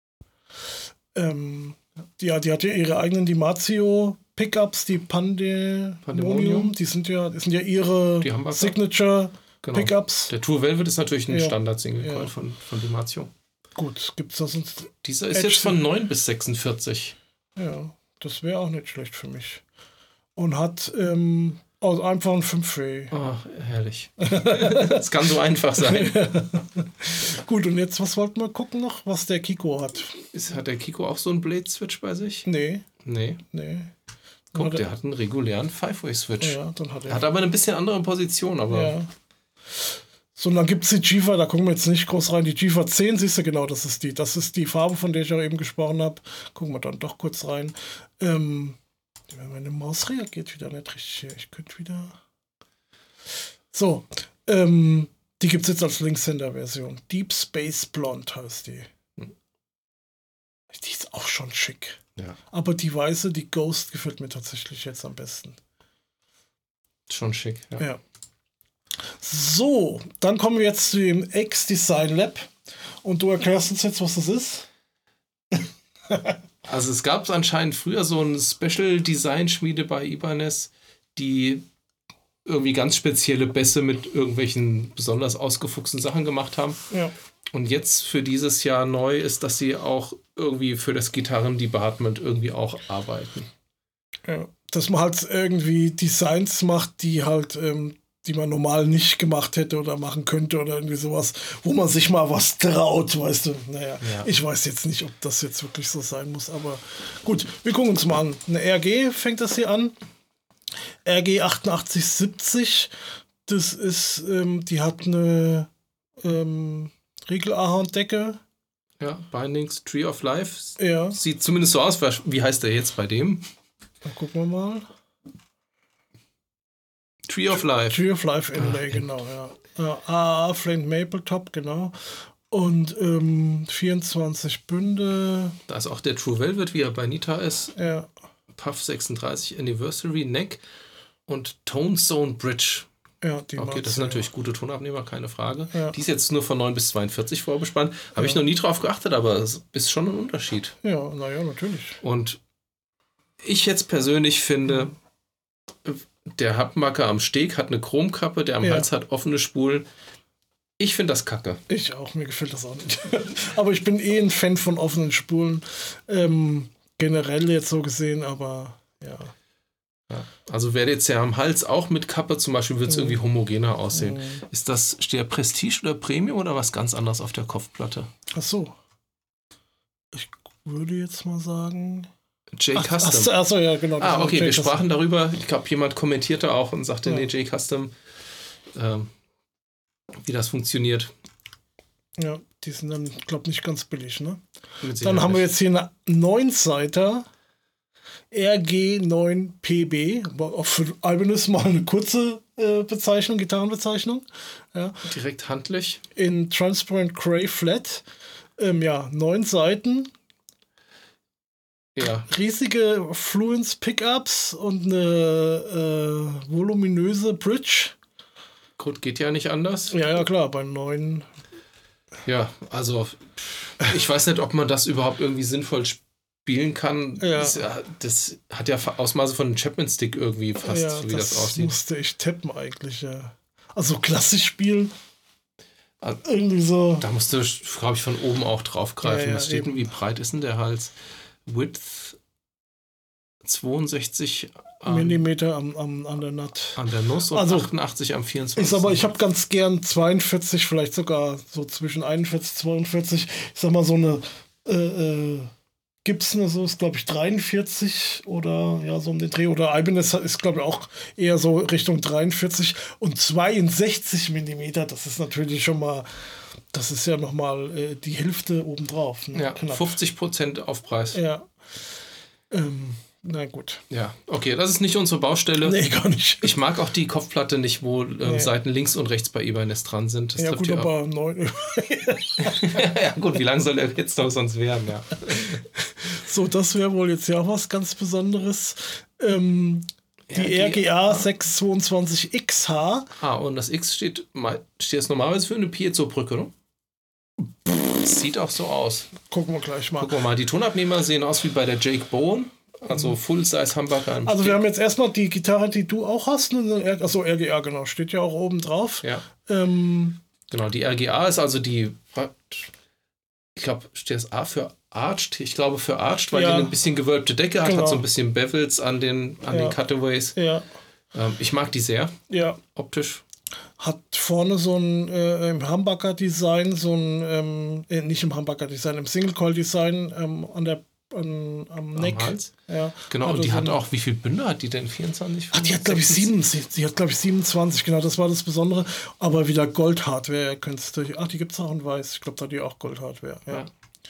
Ähm, ja, die hat ja ihre eigenen Dimazio Pickups, die Pande Pandemonium. Die sind ja, das sind ja ihre Signature genau. Pickups. Der Tour Velvet ist natürlich ein ja. Standard-Single-Coil ja. von, von Dimazio. Gut, gibt's da sonst. Dieser ist Edge jetzt von neun bis sechsundvierzig. Ja. Das wäre auch nicht schlecht für mich. Und hat ähm, also einfach ein fünf-Way. Oh, herrlich. Das kann so einfach sein. Gut, und jetzt, was wollten wir gucken noch, was der Kiko hat? Ist, hat der Kiko auch so einen Blade-Switch bei sich? Nee. Nee. Nee. Guck, hat der er... hat einen regulären Five-Way-Switch. Ja, dann hat er. Hat aber eine bisschen andere Position, aber... Ja. So, und dann gibt es die Jiva, da gucken wir jetzt nicht groß rein. Die Jiva zehn, siehst du, genau, das ist die. Das ist die Farbe, von der ich auch eben gesprochen habe. Gucken wir dann doch kurz rein. Ähm, meine Maus reagiert wieder nicht richtig hier. Ich könnte wieder... So, ähm, die gibt es jetzt als Linkshänder-Version. Deep Space Blonde heißt die. Die ist auch schon schick. Ja. Aber die weiße, die Ghost, gefällt mir tatsächlich jetzt am besten. Schon schick, ja. ja. So, dann kommen wir jetzt zu dem X Design Lab. Und du erklärst uns jetzt, was das ist? Also es gab anscheinend früher so eine Special-Design-Schmiede bei Ibanez, die irgendwie ganz spezielle Bässe mit irgendwelchen besonders ausgefuchsten Sachen gemacht haben. Ja. Und jetzt für dieses Jahr neu ist, dass sie auch irgendwie für das Gitarrendepartment irgendwie auch arbeiten. Ja, dass man halt irgendwie Designs macht, die halt, ähm, die man normal nicht gemacht hätte oder machen könnte oder irgendwie sowas, wo man sich mal was traut, weißt du. Naja, ja. Ich weiß jetzt nicht, ob das jetzt wirklich so sein muss, aber gut, wir gucken uns mal an. Eine R G fängt das hier an. R G achtundachtzig siebzig, das ist, ähm, die hat eine ähm, Riegel-Ahorndecke. Ja, Bindings, Tree of Life. Ja. Sieht zumindest so aus. Wie heißt der jetzt bei dem? Dann gucken wir mal. Tree of Life. Tree of Life Inlay, ah, genau, ja. ja. A A Flamed Maple Top, genau. Und ähm, vierundzwanzig Bünde. Da ist auch der True Velvet, wie er bei Nita ist. Ja. Puff sechsunddreißig Anniversary Neck und Tone Zone Bridge. Ja, die okay, das sind natürlich ja. gute Tonabnehmer, keine Frage. Ja. Die ist jetzt nur von neun bis zweiundvierzig vorbespannt. Habe ja. ich noch nie drauf geachtet, aber es ist schon ein Unterschied. Ja, naja, natürlich. Und ich jetzt persönlich finde, der Hubmacher am Steg hat eine Chromkappe, der am ja. Hals hat offene Spulen. Ich finde das kacke. Ich auch, mir gefällt das auch nicht. Aber ich bin eh ein Fan von offenen Spulen. Ähm, generell jetzt so gesehen, aber ja. ja. Also wäre jetzt ja am Hals auch mit Kappe zum Beispiel, würde es mm. irgendwie homogener aussehen. Mm. Ist das, steht der Prestige oder Premium oder was ganz anderes auf der Kopfplatte? Ach so. Ich würde jetzt mal sagen... J-Custom. Achso, ja, genau. Ah, okay, wir sprachen darüber. Ich glaube, jemand kommentierte auch und sagte, ja. nee, J-Custom, ähm, wie das funktioniert. Ja, die sind dann, glaube ich, nicht ganz billig, ne? Dann haben wir jetzt hier eine neun-Seiter R G neun P B. Auch für Ibanez mal eine kurze äh, Bezeichnung, Gitarrenbezeichnung. Ja. Direkt handlich. In Transparent Gray Flat. Ähm, ja, neun Seiten. Ja. Riesige Fluence Pickups und eine äh, voluminöse Bridge. Gut, geht ja nicht anders. Ja, ja, klar, bei neun. Ja, also ich weiß nicht, ob man das überhaupt irgendwie sinnvoll spielen kann. Ja. Das, das hat ja Ausmaße von einem Chapman-Stick irgendwie fast, ja, wie das, das aussieht. Musste ich tappen eigentlich, ja. Also klassisch spielen. Also, irgendwie so. Da musst du, glaube ich, von oben auch draufgreifen. Ja, ja, Was steht eben. denn, wie breit ist denn der Hals? Width zweiundsechzig um, Millimeter am, am, an der Nut. An der Nuss und also, achtundachtzig am vierundzwanzig. Ich sag mal, ich habe ganz gern zweiundvierzig, vielleicht sogar so zwischen einundvierzig, zweiundvierzig. Ich sag mal, so eine äh, äh, Gibson, so ist, glaube ich, dreiundvierzig oder ja, so um den Dreh. Oder Ibanez ist, glaube ich, auch eher so Richtung dreiundvierzig und zweiundsechzig Millimeter. Das ist natürlich schon mal. Das ist ja nochmal äh, die Hälfte obendrauf. Ne? Ja, knapp. fünfzig Prozent Aufpreis. Ja. Ähm, na gut. Ja, okay, das ist nicht unsere Baustelle. Nee, gar nicht. Ich mag auch die Kopfplatte nicht, wo ähm, nee. Seiten links und rechts bei Ibanez dran sind. Das ja, gut, aber neun. Ja, gut, wie lange soll der jetzt noch sonst werden? Ja. So, das wäre wohl jetzt ja was ganz Besonderes. Ähm, die R G A sechshundertzweiundzwanzig X H. Ah, und das X steht, steht jetzt normalerweise für eine Piezo-Brücke, oder? Sieht auch so aus. Gucken wir gleich mal. Gucken wir mal. Die Tonabnehmer sehen aus wie bei der Jake Bowen. Also Full-Size Humbucker. Also wir haben jetzt erstmal die Gitarre, die du auch hast. Achso, R G A, genau. Steht ja auch oben drauf. Ja. Ähm, genau, die R G A ist also die, ich glaube, steht das A für Arched? Ich glaube für Arched, weil ja. die eine bisschen gewölbte Decke hat, genau. Hat so ein bisschen Bevels an den, an ja. den Cutaways. Ja. Ähm, ich mag die sehr. Ja. Optisch. Hat vorne so ein äh, im Humbucker-Design, so ein, ähm, äh, nicht im Humbucker-Design, im Single-Coil-Design ähm, an der An, am Neck. Am Hals. Ja. Genau, und die so hat auch, wie viele Bünde hat die denn? vierundzwanzig? Ach, die hat, glaube ich, sieben. Sie, die hat, glaube ich, siebenundzwanzig, genau, das war das Besondere. Aber wieder Gold-Hardware könntest du. Ach, die gibt es auch in Weiß. Ich glaube, da hat die auch Gold-Hardware. Ja. Ja.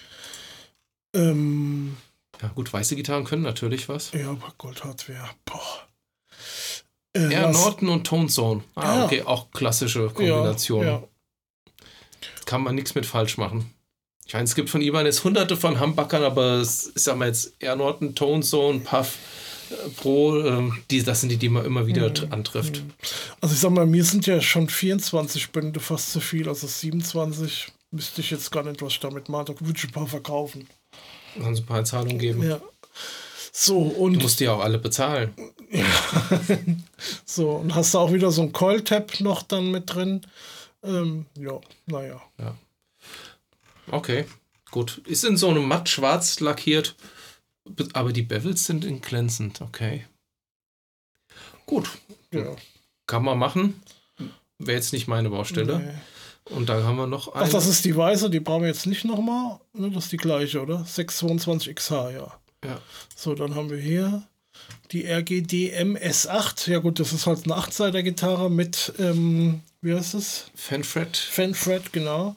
Ähm, ja, gut, weiße Gitarren können natürlich was. Ja, aber Gold-Hardware, boah. Äh, ja, Norton und Tone Zone. Ah, ja. Okay, auch klassische Kombination. Ja, ja. Kann man nichts mit falsch machen. Ich meine, es gibt von Ibanez jetzt hunderte von Humbuckern, aber es, ich sag mal jetzt Air Norton, Tone Zone, Puff, äh, Pro, äh, die, das sind die, die man immer wieder mhm. antrifft. Also ich sag mal, mir sind ja schon vierundzwanzig Bände fast zu viel, also siebenundzwanzig müsste ich jetzt gar nicht, was ich damit mache, da würde ich ein paar verkaufen. Kannst du ein paar Zahlungen geben. Ja. So, und. Du musst die auch alle bezahlen. Ja. So, und hast du auch wieder so ein Coil-Tab noch dann mit drin. Ähm, ja, naja. Ja. Okay, gut. Ist in so einem matt schwarz lackiert, aber die Bevels sind in glänzend, okay. Gut. Ja. Kann man machen. Wäre jetzt nicht meine Baustelle. Nee. Und da haben wir noch eine. Ach, das ist die weiße, die brauchen wir jetzt nicht nochmal. Das ist die gleiche, oder? sechs zweiundzwanzig X H, ja. Ja. So, dann haben wir hier die R G D M S acht. Ja gut, das ist halt eine acht-Seiter-Gitarre mit, ähm, wie heißt es? Fanfret. Fanfret, genau.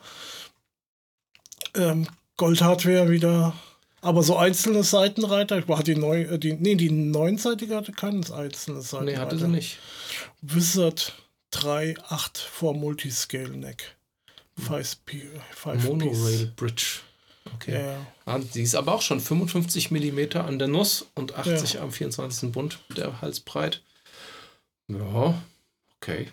Ähm, Gold-Hardware wieder. Aber so einzelne Seitenreiter. Ich hatte die neu, die, nee, die neunseitige hatte keinen einzelnen Seitenreiter. Nee, hatte sie nicht. Wizard drei Komma acht vor Multiscale Neck. five Monorail Bridge. Okay. Ja. Ah, die ist aber auch schon fünfundfünfzig Millimeter an der Nuss und achtzig ja. am vierundzwanzigsten Bund, der Halsbreit. Ja, okay.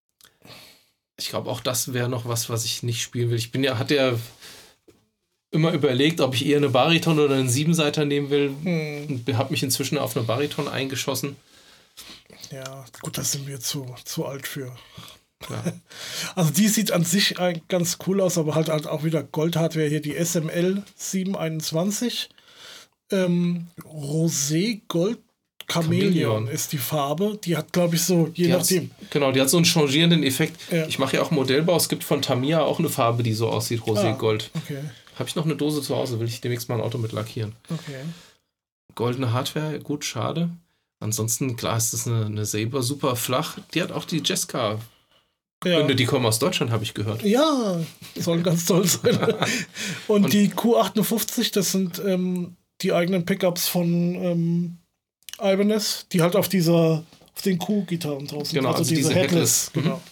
Ich glaube, auch das wäre noch was, was ich nicht spielen will. Ich bin ja, hatte ja immer überlegt, ob ich eher eine Bariton oder einen Siebenseiter nehmen will. Hm. Und habe mich inzwischen auf eine Bariton eingeschossen. Ja, gut, das sind wir zu, zu alt für. Ja. Also die sieht an sich ganz cool aus, aber halt, halt auch wieder Gold-Hardware hier, die S M L sieben einundzwanzig. Ähm, Rosé Gold Chameleon ist die Farbe. Die hat, glaube ich, so, je die nachdem. Genau, die hat so einen changierenden Effekt. Ja. Ich mache ja auch Modellbau. Es gibt von Tamiya auch eine Farbe, die so aussieht, Rosé Gold. Ah, okay. Habe ich noch eine Dose zu Hause, will ich demnächst mal ein Auto mit lackieren. Okay. Goldene Hardware, gut, schade. Ansonsten, klar, ist das eine, eine Saber, super flach. Die hat auch die Jessica. Ja. Die kommen aus Deutschland, habe ich gehört. Ja, sollen ganz toll sein. Und, Und die Q achtundfünfzig, das sind ähm, die eigenen Pickups von ähm, Ibanez, die halt auf dieser, auf den Q-Gitarren draußen genau, also, also diese, diese Headless. Headless. Genau. Mhm.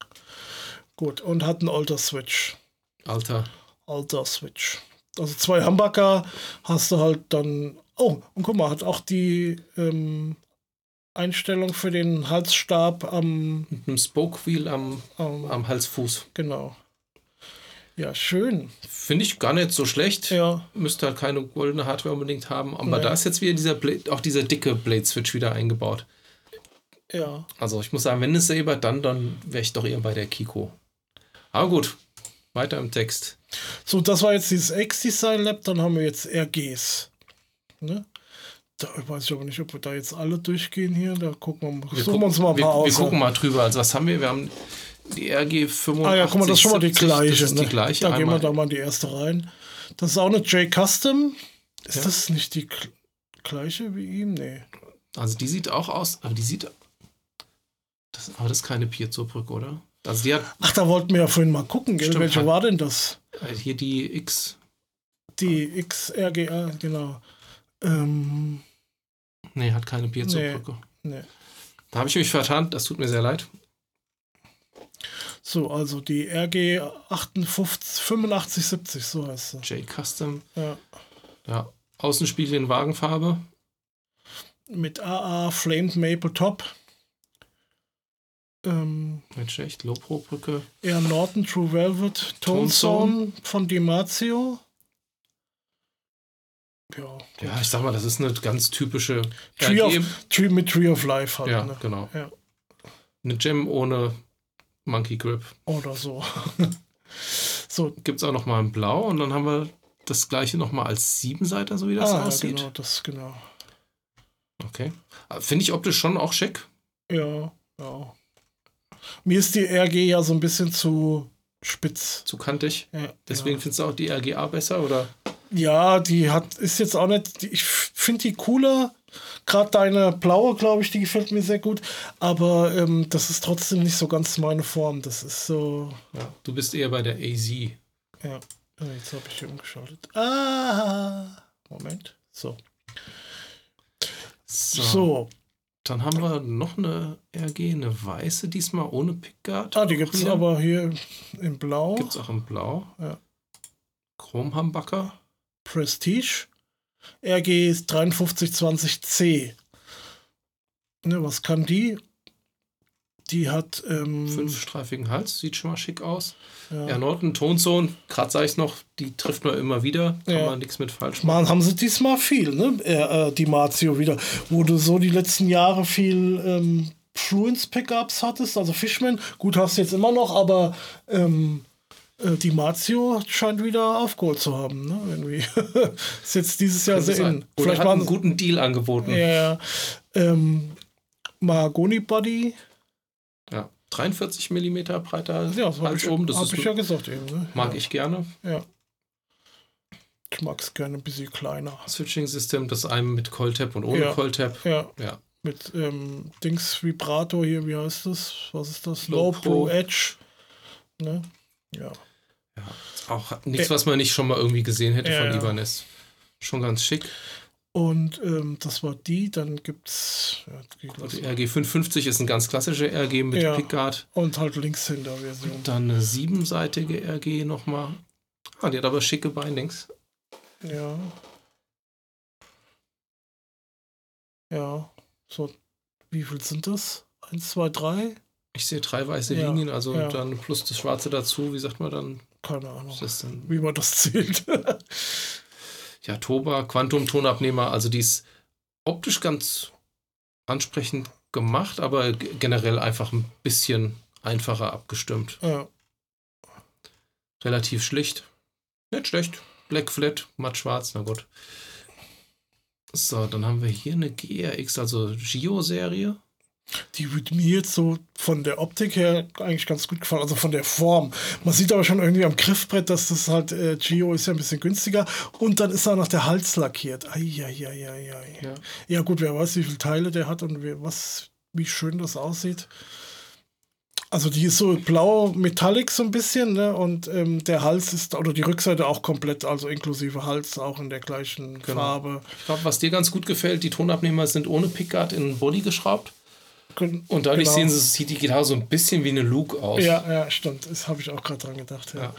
Gut, und hat einen Alter-Switch. Alter. Alter-Switch. Also zwei Humbucker hast du halt dann. Oh, und guck mal, hat auch die ähm, Einstellung für den Halsstab am. Mit einem Spokewheel am, am, am Halsfuß. Genau. Ja, schön. Finde ich gar nicht so schlecht. Ja. Müsste halt keine goldene Hardware unbedingt haben. Aber nee. Da ist jetzt wieder dieser Blade, auch dieser dicke Blade-Switch wieder eingebaut. Ja. Also ich muss sagen, wenn es Saber, dann, dann wäre ich doch eher bei der Kiko. Aber gut, weiter im Text. So, das war jetzt dieses X-Design Lab, dann haben wir jetzt R Gs. Ne? Da weiß ich aber nicht, ob wir da jetzt alle durchgehen hier. Da gucken wir, wir, gucken wir uns mal ein wir, paar aus. Wir gucken mal drüber. Also was haben wir? Wir haben die R G fünfundachtzig. Ah ja, guck mal, das ist schon mal die gleiche. Das ist die ne? gleiche. Da Einmal. gehen wir da mal in die erste rein. Das ist auch eine J-Custom. Ist ja. das nicht die gleiche wie ihm? Nee. Also die sieht auch aus, aber die sieht... Das, aber das ist keine Piezo-Brücke, oder? Also die hat, Ach, da wollten wir ja vorhin mal gucken, gell? Stimmt, Welche hat, war denn das? Hier die X. Die X R G A, genau. Ähm, nee, hat keine Piezo-Brücke. Nee, nee. Da habe ich mich vertan, das tut mir sehr leid. So, also die R G achtundfünfzig, fünfundachtzig siebzig, so heißt sie. J-Custom. Ja. Ja. Außenspiegel in Wagenfarbe. Mit A A Flamed Maple Top. Ähm, Nicht schlecht, Low-Pro-Brücke. Air Norton True Velvet Tone Zone von DiMarzio. Ja, ja, ich sag mal, das ist eine ganz typische Tree, of, Tree mit Tree of Life halt. Ja, ne? genau. Ja. Eine Gem ohne Monkey Grip. Oder so. So. Gibt es auch nochmal in Blau und dann haben wir das gleiche nochmal als Siebenseiter, so wie das ah, aussieht. Ja, genau, das genau. Okay. Finde ich optisch schon auch schick. Ja, ja. Mir ist die R G ja so ein bisschen zu spitz. Zu kantig. Ja, Deswegen ja. findest du auch die R G A besser, oder? Ja, die hat, ist jetzt auch nicht, die, ich finde die cooler. Gerade deine blaue, glaube ich, die gefällt mir sehr gut. Aber ähm, das ist trotzdem nicht so ganz meine Form. Das ist so. Ja, du bist eher bei der A Z. Ja, jetzt habe ich hier umgeschaltet. Ah, Moment. So. So. so. Dann haben wir noch eine R G, eine weiße, diesmal ohne Pickguard. Ah, die gibt es aber hier in Blau. Gibt es auch in Blau. Ja. Chrome-Humbucker. Prestige. R G dreiundfünfzig zwanzig C. Ne, was kann die? Die hat ähm, fünfstreifigen Hals, sieht schon mal schick aus. Ja. Erneut ein Tonzone, gerade sage ich es noch, die trifft man immer wieder, kann ja. man nichts mit falsch machen. Man, haben sie diesmal viel, ne? Äh, die Mazio wieder, wo du so die letzten Jahre viel ähm, Fluence-Pickups hattest, also Fishman, gut hast du jetzt immer noch, aber ähm, äh, die Mazio scheint wieder aufgeholt zu haben, ne? Irgendwie. Ist jetzt dieses Jahr sehr in. Vielleicht mal einen guten Deal angeboten. Ja, ähm, Mahagoni Body. Ja, dreiundvierzig Millimeter breiter ja, das als ich, oben. Das hab ist ich ja gesagt eben. Ne? Mag ja. ich gerne. Ja. Ich mag es gerne ein bisschen kleiner. Switching-System, das einem mit Coltap und ohne ja. Coltap. Ja. ja. Mit ähm, Dings Vibrator hier, wie heißt das? Was ist das? Low, Low Pro. Pro Edge. Ne? Ja. Ja. Auch nichts, was man nicht schon mal irgendwie gesehen hätte ja, von Ibanez. Schon ganz schick. Und ähm, das war die, dann gibt's ja, die R G fünfhundertfünfzig ist ein ganz klassischer R G mit ja. Pickguard. Und halt Linkshänder-Version. Und dann eine siebenseitige R G nochmal. Ah, die hat aber schicke Bindings. Ja. Ja. So, wie viel sind das? Eins, zwei, drei? Ich sehe drei weiße ja. Linien, also ja. dann plus das Schwarze dazu. Wie sagt man dann? Keine Ahnung, das dann? Wie man das zählt. Ja, Toba, Quantum-Tonabnehmer, also die ist optisch ganz ansprechend gemacht, aber g- generell einfach ein bisschen einfacher abgestimmt. Ja. Relativ schlicht. Nicht schlecht. Black Flat, matt schwarz, na gut. So, dann haben wir hier eine G R X, also Gio-Serie. Die wird mir jetzt so von der Optik her eigentlich ganz gut gefallen, also von der Form. Man sieht aber schon irgendwie am Griffbrett, dass das halt, äh, Gio ist ja ein bisschen günstiger und dann ist auch noch der Hals lackiert. Eieieiei. Ja. ja gut, wer weiß, wie viele Teile der hat und wie, was, wie schön das aussieht. Also die ist so blau metallic so ein bisschen, ne? Und ähm, der Hals ist, oder die Rückseite auch komplett, also inklusive Hals auch in der gleichen genau. Farbe. Ich glaube, was dir ganz gut gefällt, die Tonabnehmer sind ohne Pickguard in den Body geschraubt. Und dadurch genau. sehen sie, sieht die Gitarre so ein bisschen wie eine Luke aus. Ja, ja, stimmt. Das habe ich auch gerade dran gedacht. Ja. ja.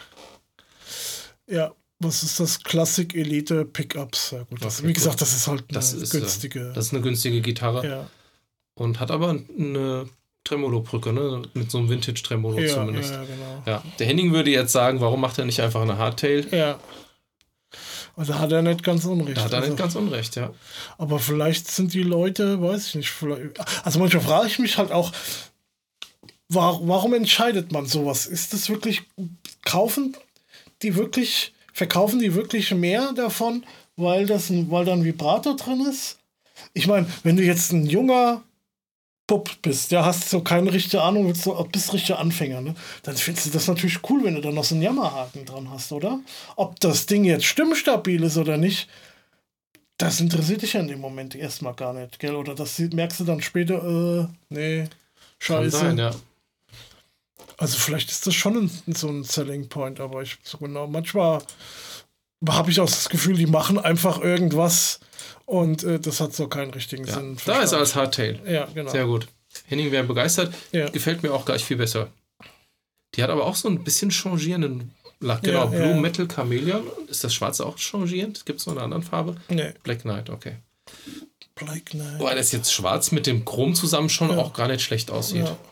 Ja, was ist das? Classic Elite Pickups. Ja, gut. Das, okay, wie gesagt, gut. das ist halt eine das ist, günstige. Das ist eine günstige Gitarre. Ja. Und hat aber eine Tremolo-Brücke, ne? Mit so einem Vintage-Tremolo ja, zumindest. Ja, genau. Ja. Der Henning würde jetzt sagen, warum macht er nicht einfach eine Hardtail? Ja. Und da hat er nicht ganz unrecht. Da hat er also, nicht ganz unrecht, ja. Aber vielleicht sind die Leute, weiß ich nicht, vielleicht, also manchmal frage ich mich halt auch, warum, warum entscheidet man sowas? Ist das wirklich, kaufen die wirklich, verkaufen die wirklich mehr davon, weil, das ein, weil da ein Vibrator drin ist? Ich meine, wenn du jetzt ein junger Bub bist, ja, hast so keine richtige Ahnung, bist, so, bist richtiger Anfänger, ne? Dann findest du das natürlich cool, wenn du dann noch so einen Jammerhaken dran hast, oder? Ob das Ding jetzt stimmstabil ist oder nicht, das interessiert dich ja in dem Moment erstmal gar nicht, gell? Oder das merkst du dann später, äh, nee, scheiße. Kann sein, ja. Also vielleicht ist das schon ein, so ein Selling Point, aber ich so genau, manchmal habe ich auch das Gefühl, die machen einfach irgendwas und äh, das hat so keinen richtigen ja, Sinn. Da ist alles Hardtail. Ja, genau. Sehr gut. Henning wäre begeistert. Ja. Gefällt mir auch gleich viel besser. Die hat aber auch so ein bisschen changierenden Lack. Genau, ja, Blue ja. Metal Chameleon. Ist das Schwarze auch changierend? Gibt es noch eine andere Farbe? Nee. Black Knight, okay. Black Knight. Wobei das jetzt schwarz mit dem Chrom zusammen schon ja. auch gar nicht schlecht aussieht. Ja.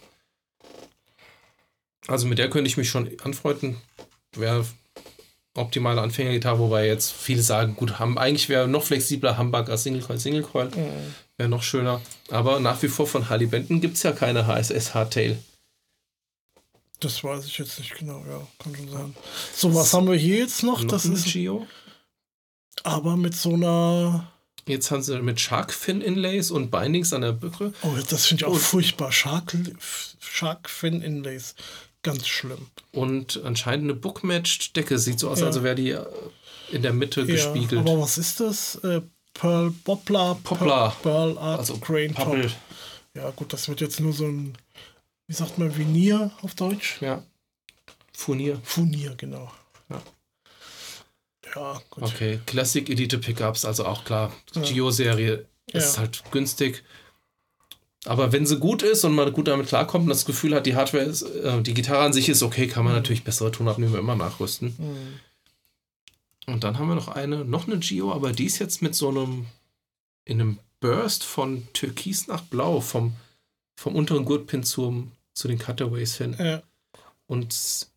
Also mit der könnte ich mich schon anfreunden. Wäre optimale Anfängergitarre, wobei jetzt viele sagen, gut, haben, eigentlich wäre noch flexibler Humbucker als Single Coil, Single Coil. Mhm. Wäre noch schöner. Aber nach wie vor von Harley Benton gibt es ja keine H S S Hardtail. Das weiß ich jetzt nicht genau, ja, kann schon sein. So, was haben wir hier jetzt noch? noch das ist Gio. Aber mit so einer. Jetzt haben sie mit Shark Fin Inlays und Bindings an der Bücke. Oh, das finde ich auch oh. furchtbar. Shark, Shark Fin Inlays. Ganz schlimm. Und anscheinend eine Bookmatched Decke. Sieht so aus, ja. als wäre die in der Mitte ja, gespiegelt. Aber was ist das? Äh, Pearl Poplar? Poplar. Pearl Art also Crane Top. Pappel. Ja, gut, das wird jetzt nur so ein, wie sagt man, Veneer auf Deutsch? Ja. Furnier. Furnier, genau. Ja. Ja, gut. Okay, Classic Elite Pickups, also auch klar. Ja. Gio-Serie ist ja. halt günstig. Aber wenn sie gut ist und man gut damit klarkommt und das Gefühl hat, die Hardware ist, äh, die Gitarre an sich ist okay, kann man mhm. natürlich bessere Tonabnehmer immer nachrüsten. Mhm. Und dann haben wir noch eine, noch eine Geo, aber die ist jetzt mit so einem, in einem Burst von Türkis nach Blau, vom, vom unteren Gurtpin zum, zu den Cutaways hin. Ja. Und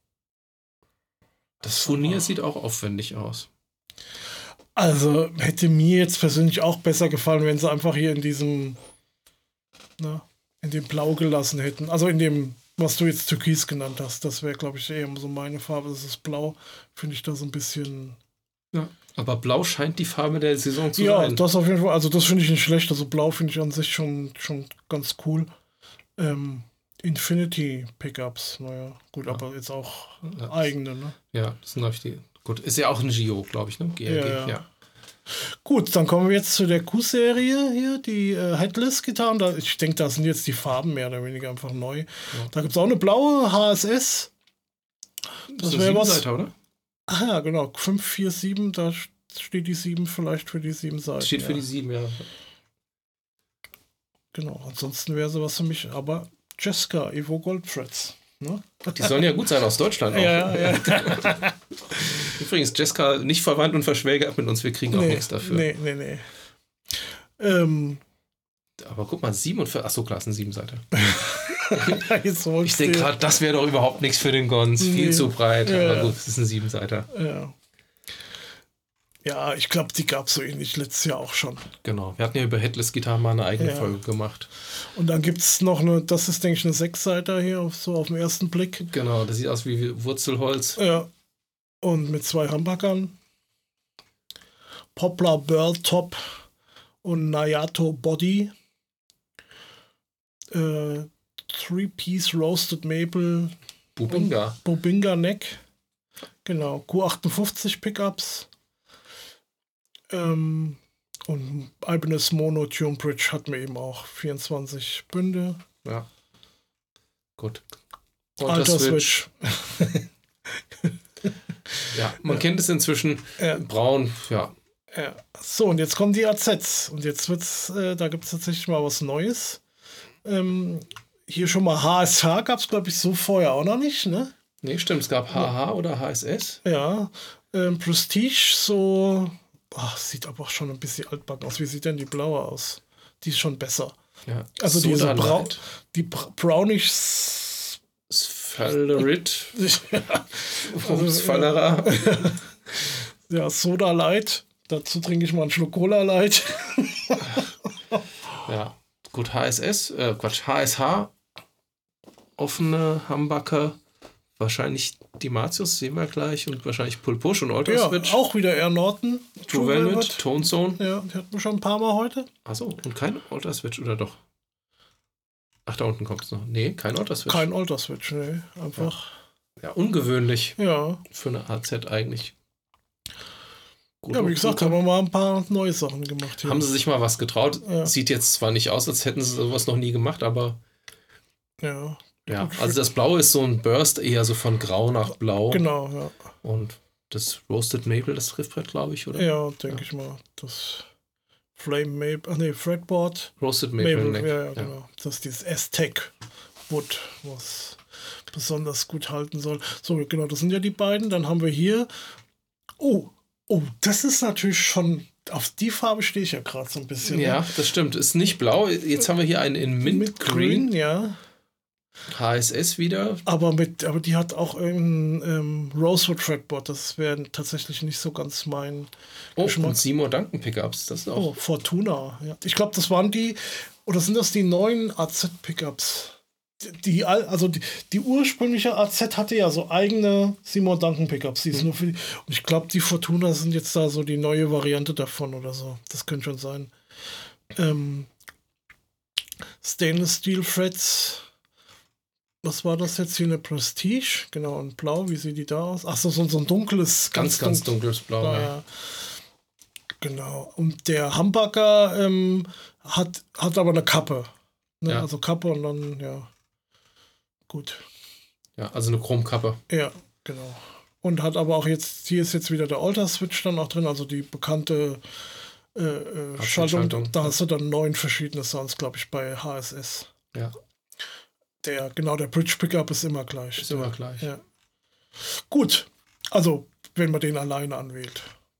das Furnier sieht auch aufwendig aus. Also hätte mir jetzt persönlich auch besser gefallen, wenn sie einfach hier in diesem, na, in dem Blau gelassen hätten. Also in dem, was du jetzt Türkis genannt hast. Das wäre, glaube ich, eher so meine Farbe. Das ist Blau. Finde ich da so ein bisschen... Ja, aber Blau scheint die Farbe der Saison zu ja, sein. Ja, das auf jeden Fall. Also das finde ich nicht schlecht. Also Blau finde ich an sich schon, schon ganz cool. Ähm, Infinity Pickups, naja, gut, ja. Aber jetzt auch ja. eigene, ne? Ja, das sind, glaube ich, die. Gut, ist ja auch ein Gio, glaube ich, ne? G L G, ja, ja. ja. Gut, dann kommen wir jetzt zu der Q-Serie hier, die äh, Headless-Gitarren. Da, ich denke, da sind jetzt die Farben mehr oder weniger einfach neu. Ja. Da gibt es auch eine blaue H S S. Das, das wäre was. Seite, oder? Ah ja, genau. fünf vier sieben, da steht die sieben vielleicht für die sieben Seiten. Steht ja. für die sieben, ja. Genau, ansonsten wäre sowas für mich, aber Jessica, Evo Gold Threads. Ne? Die sollen ja gut sein aus Deutschland auch. Ja, ja. Übrigens, Jessica nicht verwandt und verschwägert mit uns, wir kriegen auch nee, nichts dafür. Nee, nee, nee. Ähm, aber guck mal, siebenundvierzig, achso, klar, ist eine Siebenseite. ich denke gerade, das wäre doch überhaupt nichts für den Gons, nee. Viel zu breit, ja, aber gut, es ist ein Siebenseiter. Ja. Ja, ich glaube, die gab es so ähnlich letztes Jahr auch schon. Genau, wir hatten ja über Headless-Gitarren mal eine eigene ja. Folge gemacht. Und dann gibt es noch eine, das ist, denke ich, eine Sechsseiter hier, so auf den ersten Blick. Genau, das sieht aus wie Wurzelholz. Ja, und mit zwei Humbuckern. Poplar Burl Top und Nayato Body. Äh, Three-Piece Roasted Maple. Bubinga. Bubinga Neck. Genau, Q achtundfünfzig Pickups. Ähm, und Ibanez Mono Tune Bridge hatten wir eben auch. vierundzwanzig Bünde. Ja. Gut. Alter Switch. Ja, man ja. kennt es inzwischen. Ja. Braun, ja. ja. So, und jetzt kommen die A Zs. Und jetzt wird's, äh, da gibt es tatsächlich mal was Neues. Ähm, hier schon mal H S H gab es, glaube ich, so vorher auch noch nicht, ne? Nee, stimmt. Es gab H H oder H S S. Ja. Ähm, Prestige, so. Ach, sieht aber auch schon ein bisschen altbacken aus. Wie sieht denn die blaue aus? Die ist schon besser. Ja. Also diese Brau die Brownish Sphalerit. ja. Sphalerer. Ja, Soda Light. Dazu trinke ich mal einen Schluck Cola Light. Ja, gut, H S S, äh, Quatsch, H S H. Offene Humbucker. Wahrscheinlich die Martius, sehen wir gleich. Und wahrscheinlich Pull Push und Alter Switch. Ja, auch wieder Air Norton. True Velvet, Tone Zone. Ja, die hatten wir schon ein paar Mal heute. Achso, und kein Alter Switch, oder doch? Ach, da unten kommt es noch. Nee, kein Alter Switch. Kein Alter Switch, nee. Einfach. Ja, ja, ungewöhnlich. Ja. Für eine A Z eigentlich. Gut, ja, wie gesagt, haben wir mal ein paar neue Sachen gemacht. Hier. Haben sie sich mal was getraut. Ja. Sieht jetzt zwar nicht aus, als hätten sie sowas noch nie gemacht, aber. Ja. Ja, also das Blaue ist so ein Burst, eher so von Grau nach Blau. Genau, ja. Und das Roasted Maple, das Griffbrett, glaube ich, oder? Ja, denke ja. ich mal. Das Flame Maple, ach nee, Fretboard. Roasted Maple, Maple ja, ja, genau. Ja. Das ist dieses Aztec Wood, was besonders gut halten soll. So, genau, das sind ja die beiden. Dann haben wir hier, oh, oh, das ist natürlich schon, auf die Farbe stehe ich ja gerade so ein bisschen. Ja, ne? Das stimmt. Ist nicht blau. Jetzt haben wir hier einen in Mint, Mint Green. Green. Ja. H S S wieder. Aber mit, aber die hat auch ein ähm, Rosewood Fretboard. Das wäre tatsächlich nicht so ganz mein Oh, Geschmack. Und Seymour Duncan Pickups. Das ist auch. Oh, Fortuna. Ja. Ich glaube, das waren die, oder sind das die neuen A Z Pickups? Die, also die, die ursprüngliche A Z hatte ja so eigene Seymour Duncan Pickups. Die ist mhm. nur für die, und ich glaube, die Fortuna sind jetzt da so die neue Variante davon oder so. Das könnte schon sein. Ähm, Stainless Steel Frets. Was war das jetzt hier? Eine Prestige? Genau, und blau. Wie sieht die da aus? Achso, so, so ein dunkles. Ganz, ganz, ganz dunkles Blau. Ja. Ja. Genau. Und der Humbucker ähm, hat, hat aber eine Kappe. Ne? Ja. Also Kappe und dann, ja. Gut. Ja, also eine Chromkappe. Ja, genau. Und hat aber auch jetzt, hier ist jetzt wieder der Alter Switch dann auch drin, also die bekannte äh, äh, Schaltung. Schaltung. Da hast du dann neun verschiedene Sounds, glaube ich, bei H S S. Ja. Der, genau, der Bridge Pickup ist immer gleich. Ist immer gleich. Ja. Gut, also wenn man den alleine anwählt.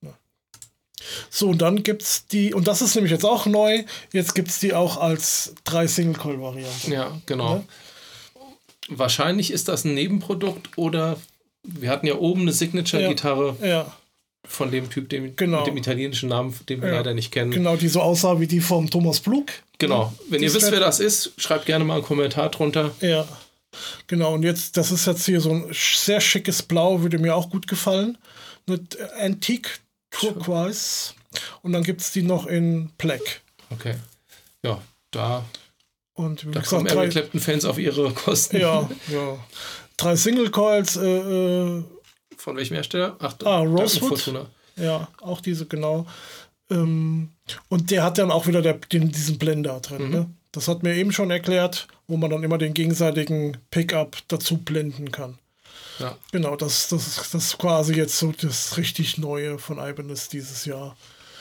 So, und dann gibt es die, und das ist nämlich jetzt auch neu, jetzt gibt es die auch als drei Single-Coil-Varianten. Ja, genau. Ne? Wahrscheinlich ist das ein Nebenprodukt oder wir hatten ja oben eine Signature-Gitarre Ja, ja. von dem Typ, dem, Genau. mit dem italienischen Namen, den wir Ja. leider nicht kennen. Genau, die so aussah wie die vom Thomas Blug. Genau. Wenn Die ihr wisst, Strat- wer das ist, schreibt gerne mal einen Kommentar drunter. Ja, genau. Und jetzt, das ist jetzt hier so ein sehr schickes Blau, würde mir auch gut gefallen. Mit Antique Turquoise. Und dann gibt es die noch in Black. Okay. Ja, da, Und wie da gesagt, kommen drei, Eric Clapton-Fans auf ihre Kosten. ja, ja. Drei Single Coils, äh, äh, Von welchem Hersteller? Ach, Ah, Duncan Rosewood. Fortuna. ja, auch diese, genau. Ähm, und der hat dann auch wieder der, den, diesen Blender drin. Mhm. Ne? Das hat mir eben schon erklärt, wo man dann immer den gegenseitigen Pickup dazu blenden kann. Ja. Genau, das, das, das ist quasi jetzt so das richtig Neue von Ibanez dieses Jahr,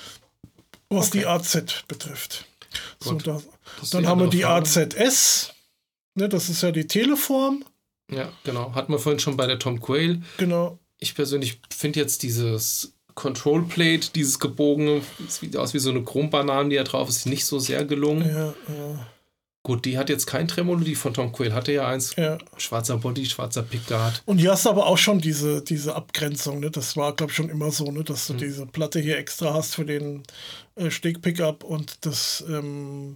was Okay. die A Z betrifft. So, Gut. da, Das ist dann die haben wir andere die Farbe. A Z S, ne, das ist ja die Teleform, Ja, genau. Hatten wir vorhin schon bei der Tom Quayle. genau. Ich persönlich finde jetzt dieses Control Plate, dieses gebogene, sieht aus wie so eine Chrombanane, die da drauf ist, nicht so sehr gelungen. Ja, ja, Gut, die hat jetzt kein Tremolo, die von Tom Quayle hatte ja eins. ja. Schwarzer Body, schwarzer Pickguard. Und hier hast du aber auch schon diese, diese Abgrenzung, ne? Das war, glaube ich, schon immer so, ne? Dass du Mhm. diese Platte hier extra hast für den äh, Steg-Pickup und das ähm,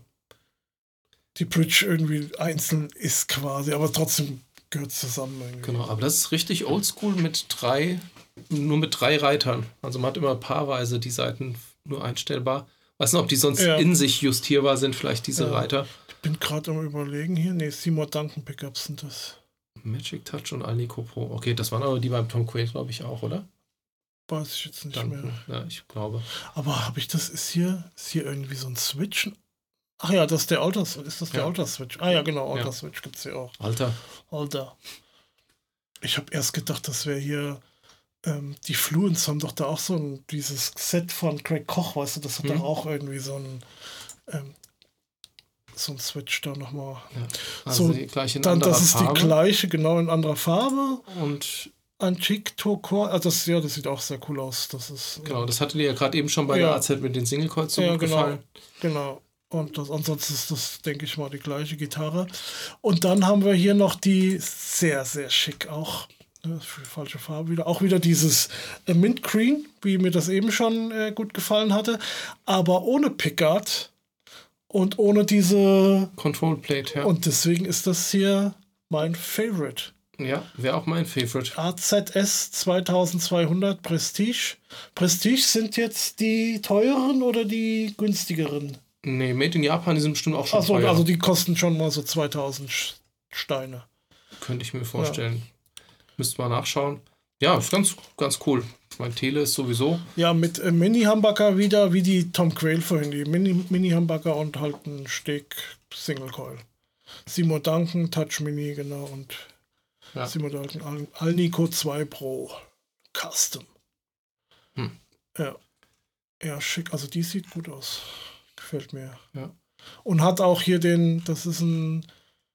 die Bridge irgendwie einzeln ist quasi, aber trotzdem gehört zusammen irgendwie. Genau, aber das ist richtig oldschool mit drei, nur mit drei Reitern. Also man hat immer paarweise die Seiten nur einstellbar. Weiß nicht, ob die sonst Ja. in sich justierbar sind, vielleicht diese Ja. Reiter. Ich bin gerade am Überlegen hier. Ne, Seymour Duncan Pickups sind das. Magic Touch und Alnico Pro. Okay, das waren aber die beim Tom Quayle, glaube ich, auch, oder? Weiß ich jetzt nicht Dann, mehr. ja, ich glaube. Aber habe ich das, ist hier, ist hier irgendwie so ein Switch? Ach ja, das ist der Alter, ist das der Ja. Alter Switch? Ah ja, genau, Alter Ja. Switch gibt es hier auch. Alter. Alter. Ich habe erst gedacht, das wäre hier. Ähm, die Fluence haben doch da auch so ein, dieses Set von Craig Koch, weißt du, das hat Mhm. doch auch irgendwie so ein, ähm, so ein Switch da nochmal. Ja. Also So, die gleiche in Dann, anderer das ist Farbe. die gleiche, genau in anderer Farbe. Und Antique Turquoise, also das, ja, das sieht auch sehr cool aus. Das ist, äh, genau, das hatte dir ja gerade eben schon bei Ja. der A Z mit den Single Coils so ja, gut genau, gefallen. genau. Und das, ansonsten ist das, denke ich mal, die gleiche Gitarre. Und dann haben wir hier noch die sehr, sehr schick auch. Ne, falsche Farbe wieder. Auch wieder dieses äh, Mint Green, wie mir das eben schon äh, gut gefallen hatte. Aber ohne Pickguard und ohne diese. Control Plate, ja. Und deswegen ist das hier mein Favorite. ja, wäre auch mein Favorite. A Z S zweitausendzweihundert Prestige. Prestige sind jetzt die teureren oder die günstigeren? Nee, Made in Japan, die sind bestimmt auch schon Achso, teuer. also die kosten schon mal so zweitausend Sch- Steine. Könnte ich mir vorstellen. Müsste mal nachschauen. Ja, ist ganz, ganz cool. Mein Tele ist sowieso. Ja, mit äh, Mini-Humbucker wieder, wie die Tom Quayle vorhin, die Mini- Mini-Humbucker und halt ein Steg Single Coil. Seymour Duncan, Touch Mini, genau, und Ja. Seymour Duncan Al Alnico zwei Pro Custom. Hm. Ja. Ja, schick, also die sieht gut aus. Gefällt mir. Ja. Und hat auch hier den, das ist ein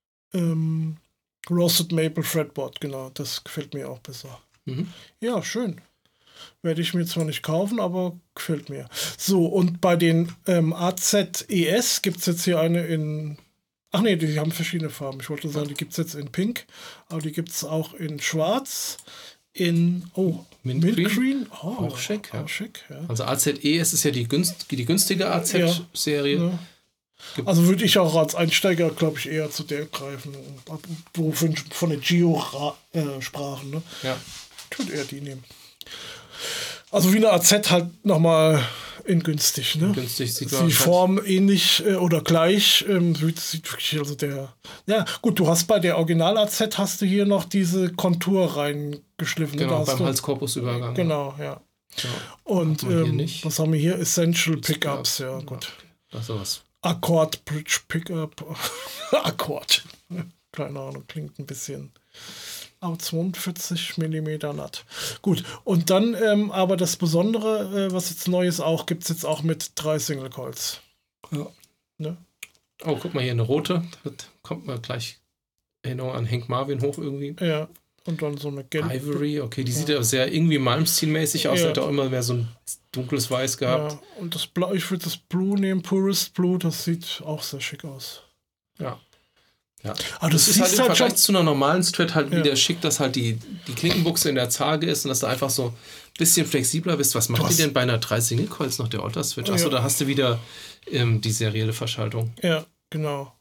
ähm, Roasted Maple Fretboard, genau, das gefällt mir auch besser. Mhm. Ja, schön. Werde ich mir zwar nicht kaufen, aber gefällt mir. So, und bei den ähm, A Z E S gibt es jetzt hier eine in. Ach nee, die haben verschiedene Farben. Ich wollte sagen, die gibt es jetzt in Pink, aber die gibt es auch in Schwarz, in. Oh, Mint Mint, Green. Green. Oh, Auch schick, ja. Auch schick, ja. Also A Z E S ist ja die, günst, die günstige A Z-Serie. Ja. Also würde ich auch als Einsteiger, glaube ich, eher zu der greifen, wo von, von der Geo äh, sprachen. Ne? Ja. Ich würde eher die nehmen. Also wie eine A Z halt nochmal in günstig. Ne? Günstig sieht Die man Form ähnlich äh, oder gleich. Ähm, sieht wirklich, also der. Ja, gut, du hast bei der Original-A Z hast du hier noch diese Kontur reingeschliffen. ne? Da Genau, hast beim du, Halskorpusübergang. Genau, ja. Genau. Und Hat man hier ähm, nicht. was haben wir hier? Essential Pickups, ja, gut. Das ist was. Akkord Bridge Pickup. Akkord. Keine Ahnung, klingt ein bisschen. Aber zweiundvierzig Millimeter Naht. Gut, und dann ähm, aber das Besondere, äh, was jetzt neu ist, auch gibt es jetzt auch mit drei Single Coils. Ja. Ne? Oh, guck mal hier, eine rote. Da kommt mal gleich Erinnerung an Hank Marvin hoch irgendwie. Ja. Und dann so eine gelbe. Ivory, okay, die ja. sieht ja sehr irgendwie Malmstil-mäßig aus, ja. Hat auch immer mehr so ein dunkles Weiß gehabt. Ja, und das Blau, ich würde das Blue nehmen, Purist Blue, das sieht auch sehr schick aus. Ja. Ja. Aber das, das ist halt im halt Vergleich schon zu einer normalen Strat halt ja. wieder schick, dass halt die, die Klinkenbuchse in der Zarge ist und dass du einfach so ein bisschen flexibler bist. Was macht die denn bei einer drei Single Coils noch, der Alter Switch? Achso, ja. Da hast du wieder ähm, die serielle Verschaltung. Ja, genau.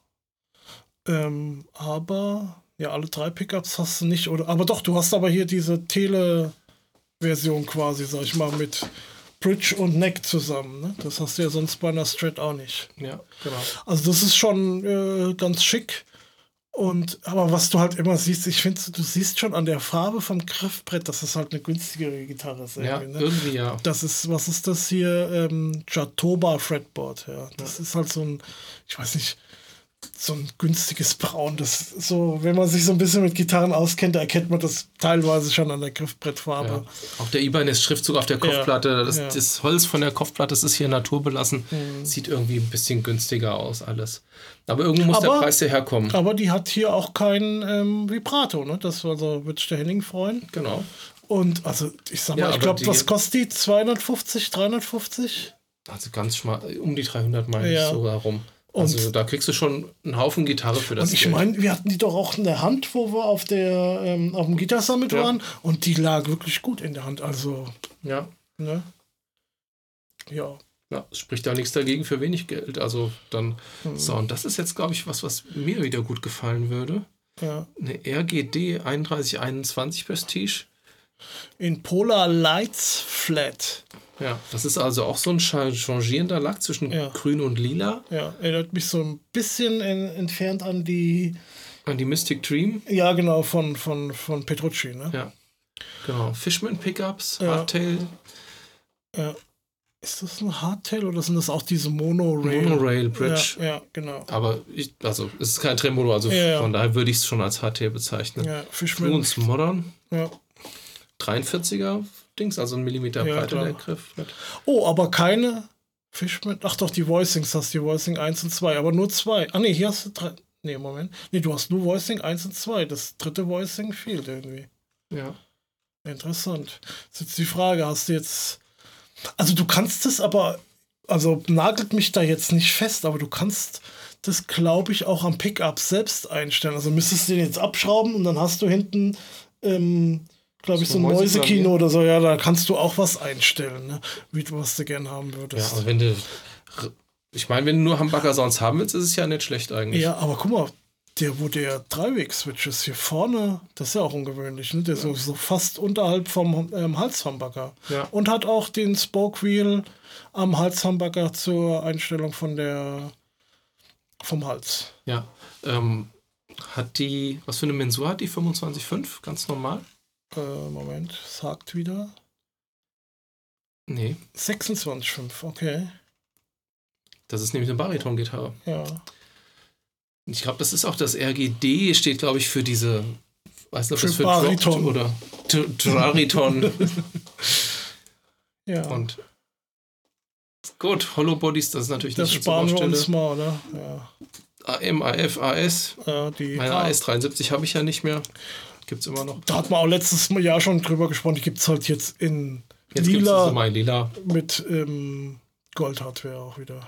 Ähm, aber, ja, alle drei Pickups hast du nicht, oder? Aber doch, du hast aber hier diese Tele-Version quasi, sag ich mal, mit Bridge und Neck zusammen. Ne? Das hast du ja sonst bei einer Strat auch nicht. Ja, genau. Also das ist schon äh, ganz schick. Und, aber was du halt immer siehst, ich finde, du siehst schon an der Farbe vom Griffbrett, dass es halt eine günstigere Gitarre ist. Ja, ne? irgendwie, ja. Das ist, was ist das hier? Ähm, Jatoba Fretboard, ja. Das ja. ist halt so ein, ich weiß nicht, so ein günstiges Braun. Das so, wenn man sich so ein bisschen mit Gitarren auskennt, da erkennt man das teilweise schon an der Griffbrettfarbe. Ja. Auch der Ibanez-Schriftzug auf der Kopfplatte, ja. Das, ja. das Holz von der Kopfplatte, das ist hier naturbelassen. Mhm. Sieht irgendwie ein bisschen günstiger aus alles. Aber irgendwo muss aber, der Preis ja herkommen. Aber die hat hier auch kein ähm, Vibrato, ne? Das also, wird sich der Henning freuen. Genau. Und also, ich sag mal, ja, ich glaube, was kostet die? zweihundertfünfzig, dreihundertfünfzig? Also ganz schmal, um die dreihundert meine ja. ich sogar rum. Also und da kriegst du schon einen Haufen Gitarre für das. Und ich meine, wir hatten die doch auch in der Hand, wo wir auf der ähm, auf dem Guitar Summit ja. waren. Und die lag wirklich gut in der Hand. Also, ja. Ne? Ja. Ja, es spricht da nichts dagegen für wenig Geld. Also dann, mhm. so, und das ist jetzt, glaube ich, was, was mir wieder gut gefallen würde. Ja. Eine R G D einunddreißig einundzwanzig Prestige. In Polar Lights Flat. Ja, das ist also auch so ein changierender Lack zwischen ja. grün und lila. Ja, erinnert mich so ein bisschen in, entfernt an die... An die Mystic Dream. Ja, genau, von, von, von Petrucci, ne? Ja, genau. Fishman Pickups, ja. Hardtail. Ja. Ist das ein Hardtail oder sind das auch diese Monorail? Monorail Bridge. Ja, ja, genau. Aber ich, also es ist kein Tremolo, also ja, von ja. daher würde ich es schon als Hardtail bezeichnen. Ja, Fishman. Fluence Modern. Ja. dreiundvierziger Dings, also ein Millimeter ja, breiter klar. der Griff. Oh, aber keine Fishman. Ach doch, die Voicings hast du, die Voicing eins und zwei, aber nur zwei. Ah nee, hier hast du drei. Nee, Moment. Nee, du hast nur Voicing eins und zwei. Das dritte Voicing fehlt irgendwie. Ja. Interessant. Das ist jetzt die Frage, hast du jetzt... Also du kannst es aber... Also nagelt mich da jetzt nicht fest, aber du kannst das, glaube ich, auch am Pickup selbst einstellen. Also müsstest du den jetzt abschrauben und dann hast du hinten... Ähm, glaube ich, so ein Mäusekino oder so, ja, da kannst du auch was einstellen, ne? Wie du, was du gern haben würdest. Ja, aber wenn du, ich meine, wenn du nur Humbucker Sounds haben willst, ist es ja nicht schlecht eigentlich. Ja, aber guck mal, der, wo der Dreiweg-Switch ist, hier vorne, das ist ja auch ungewöhnlich, ne? Der ist ja. so, so fast unterhalb vom ähm, Halshumbucker. Ja. Und hat auch den Spoke Wheel am Halshumbucker zur Einstellung von der, vom Hals. Ja, ähm, hat die, was für eine Mensur hat die? fünfundzwanzig Komma fünf, ganz normal? Äh, Moment, sagt wieder. Nee. sechsundzwanzig Komma fünf, okay. Das ist nämlich eine Bariton-Gitarre. Ja. Ich glaube, das ist auch das R G D, steht, glaube ich, für diese, weiß nicht, ob für das für Bariton oder Trariton. Ja. Und gut, Hollow Bodies, das ist natürlich das nicht sparen wir uns mal, oder? Ja. A M, A F, A S. Ja, die Meine A S dreiundsiebzig habe ich ja nicht mehr. Gibt's immer noch. Da hat man auch letztes Jahr schon drüber gesprochen. Die gibt es halt jetzt in jetzt lila, gibt's mal lila. mit ähm, Gold-Hardware auch wieder.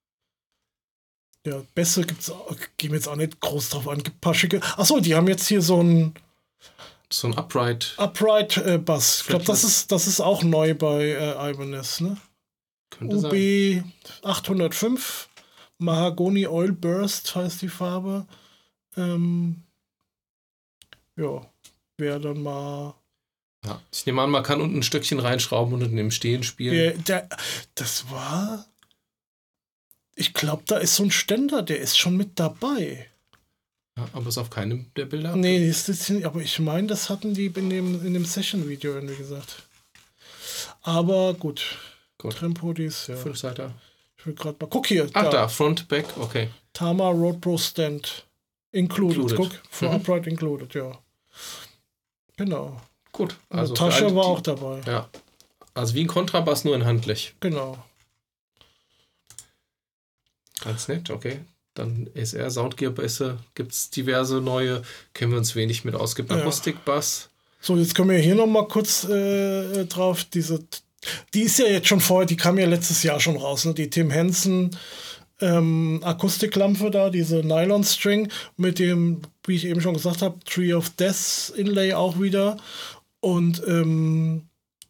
Ja, Bässe gibt's auch, gehen wir jetzt auch nicht groß drauf an. Gibt ein paar schicke. Achso, die haben jetzt hier so ein so ein Upright. Upright äh, Bass. Ich glaube, das ist, das ist auch neu bei äh, Ibanez, ne? Könnte U B sein. achthundertfünf. Mahagoni Oil Burst heißt die Farbe. Ähm, ja, wäre dann mal. Ja, ich nehme an, man kann unten ein Stückchen reinschrauben und im Stehen spielen. Der, der, das war. Ich glaube, da ist so ein Ständer, der ist schon mit dabei. Ja, aber ist auf keinem der Bilder? Nee, ist das nicht, aber ich meine, das hatten die in dem, in dem Session-Video irgendwie gesagt. Aber gut. Gut. Trempodis, ja. Fünfseiter. Ich will gerade mal. Guck hier. Ach, da. da, Front, Back, okay. Tama Road Pro Stand. Included. included. Guck, for mhm. Upright included, ja. Genau. Gut. Also Tasche alle, war auch dabei. Ja. Also wie ein Kontrabass, nur in handlich. Genau. Ganz nett, okay. Dann S R, Soundgear-Bässe, gibt es diverse neue, kennen wir uns wenig mit aus. Gibt ja. Akustikbass. So, jetzt können wir hier noch mal kurz äh, drauf. Diese, die ist ja jetzt schon vorher, die kam ja letztes Jahr schon raus, ne? Die Tim Henson ähm, Akustiklampe da, diese Nylon String mit dem, wie ich eben schon gesagt habe, Tree of Death Inlay auch wieder. Und ähm,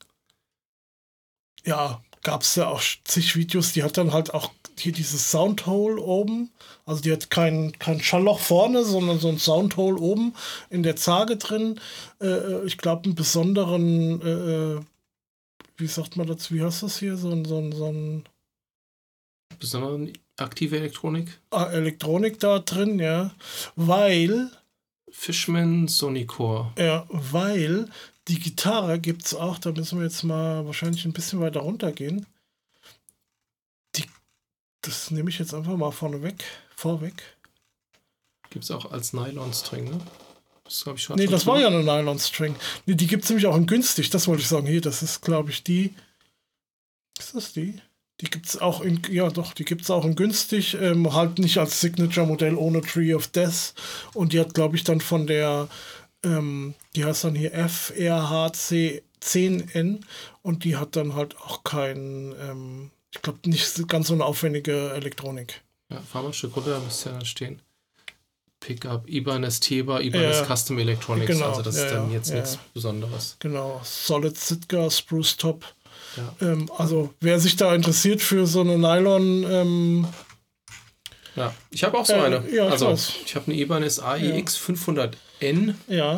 ja, gab es ja auch zig Videos, die hat dann halt auch hier dieses Soundhole oben. Also die hat kein, kein Schallloch vorne, sondern so ein Soundhole oben in der Zarge drin. Äh, ich glaube, einen besonderen, äh, wie sagt man dazu, wie heißt das hier? So ein, so ein, so ein besondere aktive Elektronik? Ah, Elektronik da drin, ja. Weil Fishman Sonicor. Ja, weil die Gitarre gibt es auch, da müssen wir jetzt mal wahrscheinlich ein bisschen weiter runtergehen. Die, das nehme ich jetzt einfach mal vorneweg, vorweg. Gibt es auch als Nylon-String, ne? Das habe ich schon. Nee, schon das drüber. war ja eine Nylon-String. Nee, die gibt es nämlich auch in günstig, das wollte ich sagen. Hier, das ist, glaube ich, die. Ist das die? Die gibt es auch in, ja doch, die gibt es auch in günstig, ähm, halt nicht als Signature-Modell ohne Tree of Death. Und die hat, glaube ich, dann von der, ähm, die heißt dann hier F R H C zehn N und die hat dann halt auch kein, ähm, ich glaube, nicht ganz so eine aufwendige Elektronik. Ja, fahr mal ein Stück runter, da müsste ja dann stehen. Pickup, Ibanez Teba, Ibanez Ja, Custom Electronics, genau, also das ja, ist dann ja, jetzt ja. nichts Besonderes. Genau, Solid Sitka, Spruce Top. Ja. Ähm, also, wer sich da interessiert für so eine Nylon, ähm, Ja, ich habe auch so Äh, eine. ja, ich also, weiß. ich habe eine Ibanez A E X fünfhundert N. ja.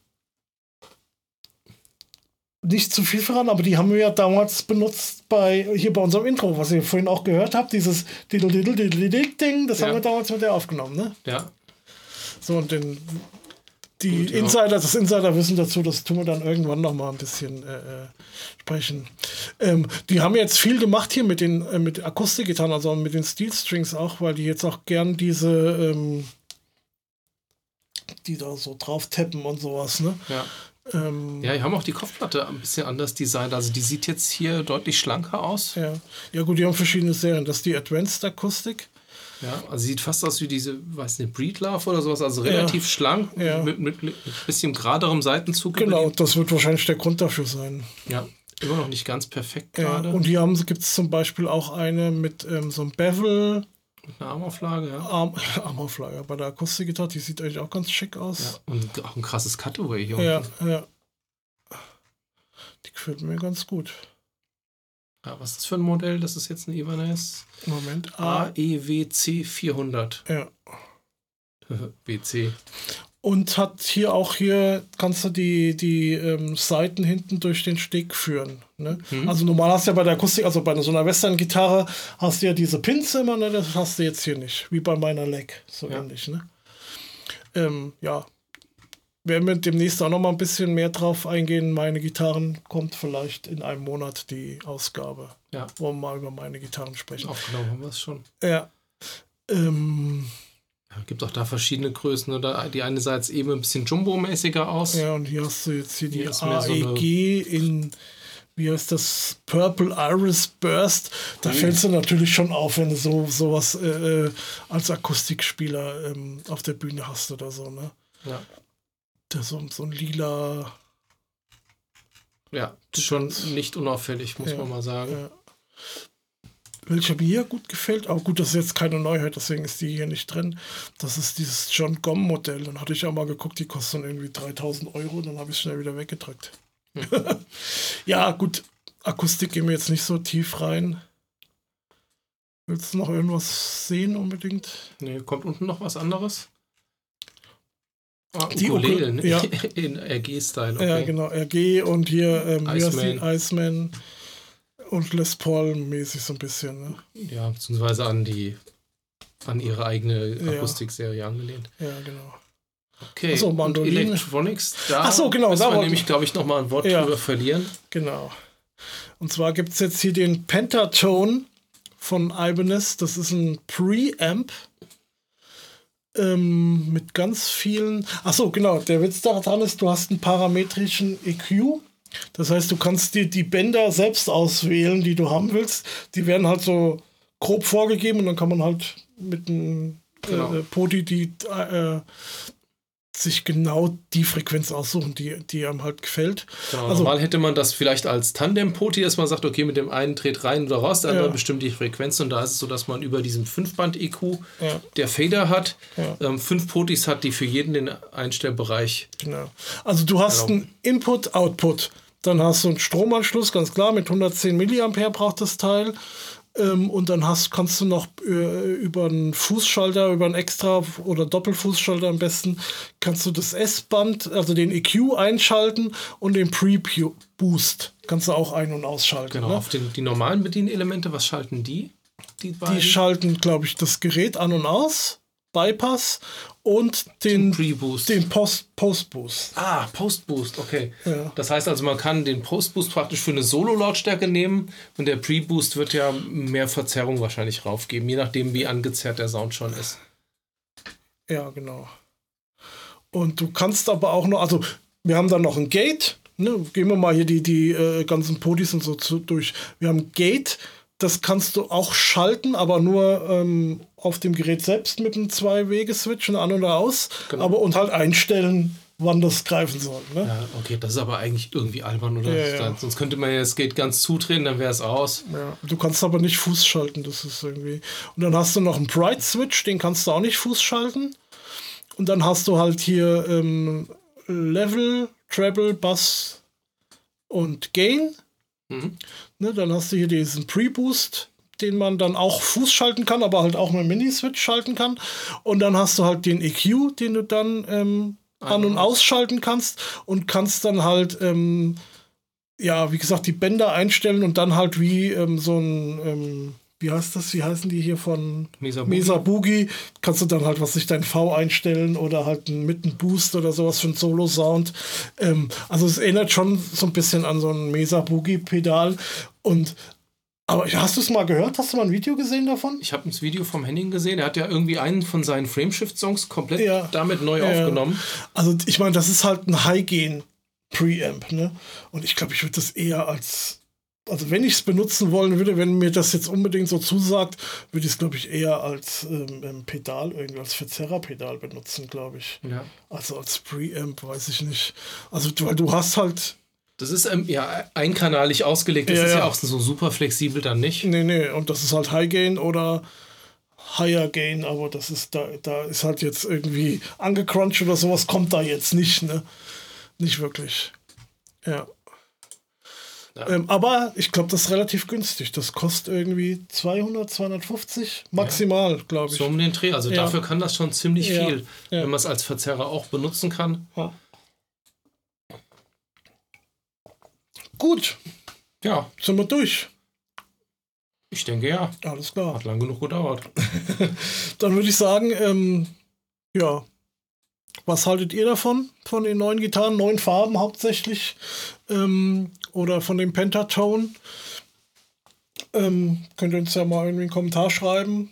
Nicht zu viel verraten, aber die haben wir ja damals benutzt bei hier bei unserem Intro, was ihr vorhin auch gehört habt, dieses Diddle Diddle Diddle Diddle Ding, das Ja. haben wir damals mit der aufgenommen, ne? Ja, So, und den, die Gut, ja. Insider, das Insiderwissen dazu, das tun wir dann irgendwann noch mal ein bisschen äh, äh, sprechen. Ähm, die haben jetzt viel gemacht hier mit den äh, mit Akustikgitarren, also mit den Steel Strings auch, weil die jetzt auch gern diese ähm, die da so drauf tappen und sowas, ne? ja. Ähm, Ja, die haben auch die Kopfplatte ein bisschen anders designt. Also die sieht jetzt hier deutlich schlanker aus. Ja. ja gut, die haben verschiedene Serien. Das ist die Advanced Akustik. Ja, also sieht fast aus wie diese, weiß nicht, Breedlove oder sowas. Also relativ Ja. schlank, Ja. mit, mit, mit ein bisschen geraderem Seitenzug. Genau, über die- das wird wahrscheinlich der Grund dafür sein. Ja, immer noch nicht ganz perfekt Ja, gerade. und hier gibt es zum Beispiel auch eine mit ähm, so einem Bevel Mit einer Armauflage, ja. Arm, Armauflage bei der Akustikgitarre. Die sieht eigentlich auch ganz schick ja. aus. Und auch ein krasses Cutaway hier Ja, unten. ja. Die gefällt mir ganz gut. Ja, was ist das für ein Modell? Das ist jetzt eine Ibanez Moment. A A. E W C vierhundert. Ja. W C. Und hat hier auch hier, kannst du die, die ähm, Saiten hinten durch den Steg führen. Ne? Mhm. Also normal hast du ja bei der Akustik, also bei so einer Western-Gitarre, hast du ja diese Pins immer, ne? Das hast du jetzt hier nicht. Wie bei meiner Leg, so Ja. ähnlich. Ne? Ähm, ja. Werden wir demnächst auch noch mal ein bisschen mehr drauf eingehen. Meine Gitarren kommt vielleicht in einem Monat die Ausgabe, Ja, wo wir mal über meine Gitarren sprechen. aufgenommen haben wir es schon. Ja. Ähm, Ja, gibt auch da verschiedene Größen. Oder? Die eine sah jetzt eben ein bisschen Jumbo-mäßiger aus. ja, und hier hast du jetzt hier die Hier ist mehr A so E G in, wie heißt das, Purple Iris Burst. Da Oh. fällst du natürlich schon auf, wenn du so sowas äh, als Akustikspieler ähm, auf der Bühne hast oder so, ne? Ja. Das so, so ein lila. Ja, schon nicht unauffällig, muss Ja, man mal sagen. Ja. Welcher mir hier gut gefällt, aber gut, das ist jetzt keine Neuheit, deswegen ist die hier nicht drin. Das ist dieses John Gomm Modell. Dann hatte ich auch mal geguckt, die kostet dann irgendwie dreitausend Euro, dann habe ich es schnell wieder weggedrückt. Hm. Ja, gut, Akustik gehen wir jetzt nicht so tief rein. Willst du noch irgendwas sehen unbedingt? Nee, kommt unten noch was anderes? Ah, Die Ukulelen, Ukul- ja. in R G-Style. Okay. Ja, genau, R G und hier ähm, wie heißt die? Iceman. Iceman und Les Paul mäßig so ein bisschen. Ne? Ja, beziehungsweise an die an ihre eigene Ja. Akustikserie angelehnt. Ja, genau. Okay, Ach so, und Mandoline. Electronics, da Ach so, genau, müssen da wir wollte- nämlich, glaube ich, noch mal ein Wort Ja. drüber verlieren. Genau. Und zwar gibt es jetzt hier den Pentatone von Ibanez. Das ist ein Preamp ähm, mit ganz vielen. Achso, genau. Der Witz daran ist, du hast einen parametrischen E Q. Das heißt, du kannst dir die Bänder selbst auswählen, die du haben willst. Die werden halt so grob vorgegeben und dann kann man halt mit einem Genau. äh, Podi die äh, sich genau die Frequenz aussuchen, die, die einem halt gefällt. Genau, also, normal hätte man das vielleicht als Tandem-Poti, dass man sagt, okay, mit dem einen dreht rein oder raus, der andere ja. bestimmt die Frequenz und da ist es so, dass man über diesem fünf-Band-E Q, ja. der Fader hat, ja. ähm, fünf Potis hat, die für jeden den Einstellbereich. Genau. Also du hast erlauben. einen Input, Output, dann hast du einen Stromanschluss, ganz klar, mit hundertzehn Milliampere braucht das Teil. Ähm, und dann hast, kannst du noch äh, über einen Fußschalter, über einen Extra- oder Doppelfußschalter am besten, kannst du das S-Band, also den E Q einschalten und den Pre-Boost kannst du auch ein- und ausschalten. Genau, ne? auf den, die normalen Bedienelemente, was schalten die? Die, beiden? Die schalten, glaube ich, das Gerät an und aus, Bypass und den, Pre-Boost. den Post, Post-Boost. Ah, Post-Boost, okay. Ja. Das heißt also, man kann den Post-Boost praktisch für eine Solo-Lautstärke nehmen und der Pre-Boost wird ja mehr Verzerrung wahrscheinlich raufgeben, je nachdem, wie angezerrt der Sound schon ist. Ja, genau. Und du kannst aber auch noch, also wir haben dann noch ein Gate, ne? Gehen wir mal hier die, die äh, ganzen Podis und so zu, durch. Wir haben ein Gate, das kannst du auch schalten, aber nur ähm, auf dem Gerät selbst mit einem Zwei-Wege-Switch an oder aus. Genau. Aber und halt einstellen, wann das greifen soll. Ne? Ja, okay, das ist aber eigentlich irgendwie albern, oder? Ja, ja. Sonst könnte man ja das Gate ganz zudrehen, dann wäre es aus. Ja, du kannst aber nicht Fuß schalten, das ist irgendwie. Und dann hast du noch einen Bright-Switch, den kannst du auch nicht Fuß schalten. Und dann hast du halt hier ähm, Level, Treble, Bass und Gain. Mhm. Ne, dann hast du hier diesen Pre-Boost, den man dann auch Fuß schalten kann, aber halt auch mit Mini-Switch schalten kann. Und dann hast du halt den E Q, den du dann ähm, an- und ausschalten kannst und kannst dann halt, ähm, ja, wie gesagt, die Bänder einstellen und dann halt wie ähm, so ein, ähm, wie heißt das, wie heißen die hier von Mesa Boogie. Mesa Boogie, kannst du dann halt, was sich dein V einstellen oder halt mit einem Boost oder sowas für einen Solo-Sound. Ähm, also es erinnert schon so ein bisschen an so ein Mesa Boogie-Pedal. Und aber hast du es mal gehört? Hast du mal ein Video gesehen davon? Ich habe ein Video vom Henning gesehen. Er hat ja irgendwie einen von seinen Frameshift-Songs komplett ja. damit neu ja. aufgenommen. Also ich meine, das ist halt ein High-Gain-Preamp, ne? Und ich glaube, ich würde das eher als, also wenn ich es benutzen wollen würde, wenn mir das jetzt unbedingt so zusagt, würde ich es, glaube ich, eher als ähm, Pedal, irgendwie als Verzerrer-Pedal benutzen, glaube ich. Ja. Also als Preamp, weiß ich nicht. Also weil du hast halt... Das ist ähm, ja einkanalig ausgelegt. Das ja, ist ja, ja auch so super flexibel dann nicht. Nee, nee, und das ist halt High Gain oder Higher Gain, aber das ist, da, da ist halt jetzt irgendwie angecrunched oder sowas, kommt da jetzt nicht, ne? Nicht wirklich. Ja. ja. Ähm, aber ich glaube, das ist relativ günstig. Das kostet irgendwie zweihundert, zweihundertfünfzig maximal, ja. glaube ich. So um den Dreh. Also ja. dafür kann das schon ziemlich ja. viel, ja. wenn man es als Verzerrer auch benutzen kann. Ja. Gut. Ja. Sind wir durch? Ich denke ja. Alles klar. Hat lang genug gedauert. Dann würde ich sagen, ähm, ja. Was haltet ihr davon? Von den neuen Gitarren, neuen Farben hauptsächlich? Ähm, oder von dem Pentatone? Ähm, könnt ihr uns ja mal irgendwie einen Kommentar schreiben.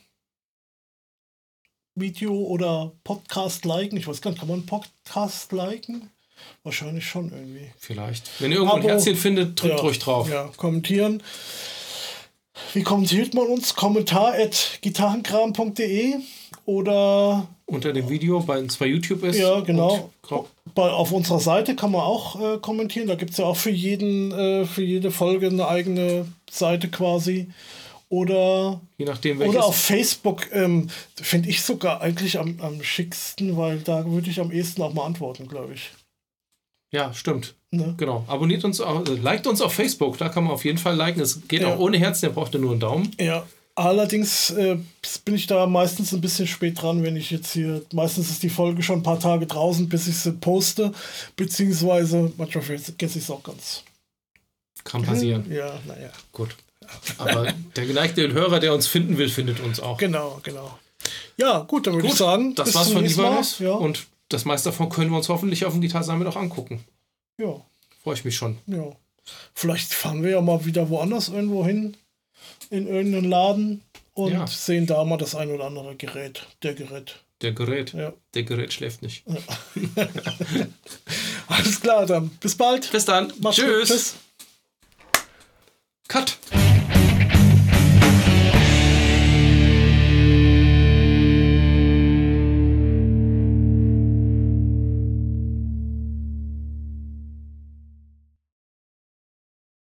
Video oder Podcast liken. Ich weiß gar nicht, kann man einen Podcast liken? Wahrscheinlich schon irgendwie. Vielleicht. Wenn ihr irgendwo ein Herzchen findet, drückt ja, ruhig drauf. Ja, kommentieren. Wie kommentiert man uns? Kommentar at gitarrenkram punkt de oder unter dem Video, bei, bei YouTube ist. Ja, genau. Bei, auf unserer Seite kann man auch äh, kommentieren. Da gibt es ja auch für jeden, äh, für jede Folge eine eigene Seite quasi. Oder, Je nachdem, welches. Oder auf Facebook ähm, finde ich sogar eigentlich am, am schicksten, weil da würde ich am ehesten auch mal antworten, glaube ich. Ja, stimmt. Ne? Genau. Abonniert uns, auch, also liked uns auf Facebook, da kann man auf jeden Fall liken. Es geht ja. auch ohne Herz, der braucht ja nur einen Daumen. Ja, allerdings äh, bin ich da meistens ein bisschen spät dran, wenn ich jetzt hier, meistens ist die Folge schon ein paar Tage draußen, bis ich sie poste, beziehungsweise manchmal vergesse ich es auch ganz. Kann passieren. Ja, naja. Gut. Aber der geneigte Hörer, der uns finden will, findet uns auch. Genau, genau. Ja, gut, dann würde ich sagen, das war's von Ibanez. Ja. Und das meiste davon können wir uns hoffentlich auf dem Gitarre Summit auch angucken. Ja. Freue ich mich schon. Ja. Vielleicht fahren wir ja mal wieder woanders irgendwo hin, in irgendeinen Laden und ja. sehen da mal das ein oder andere Gerät. Der Gerät. Der Gerät. Ja. Der Gerät schläft nicht. Ja. Alles klar, dann bis bald. Bis dann. Mach's Tschüss. Gut. Tschüss.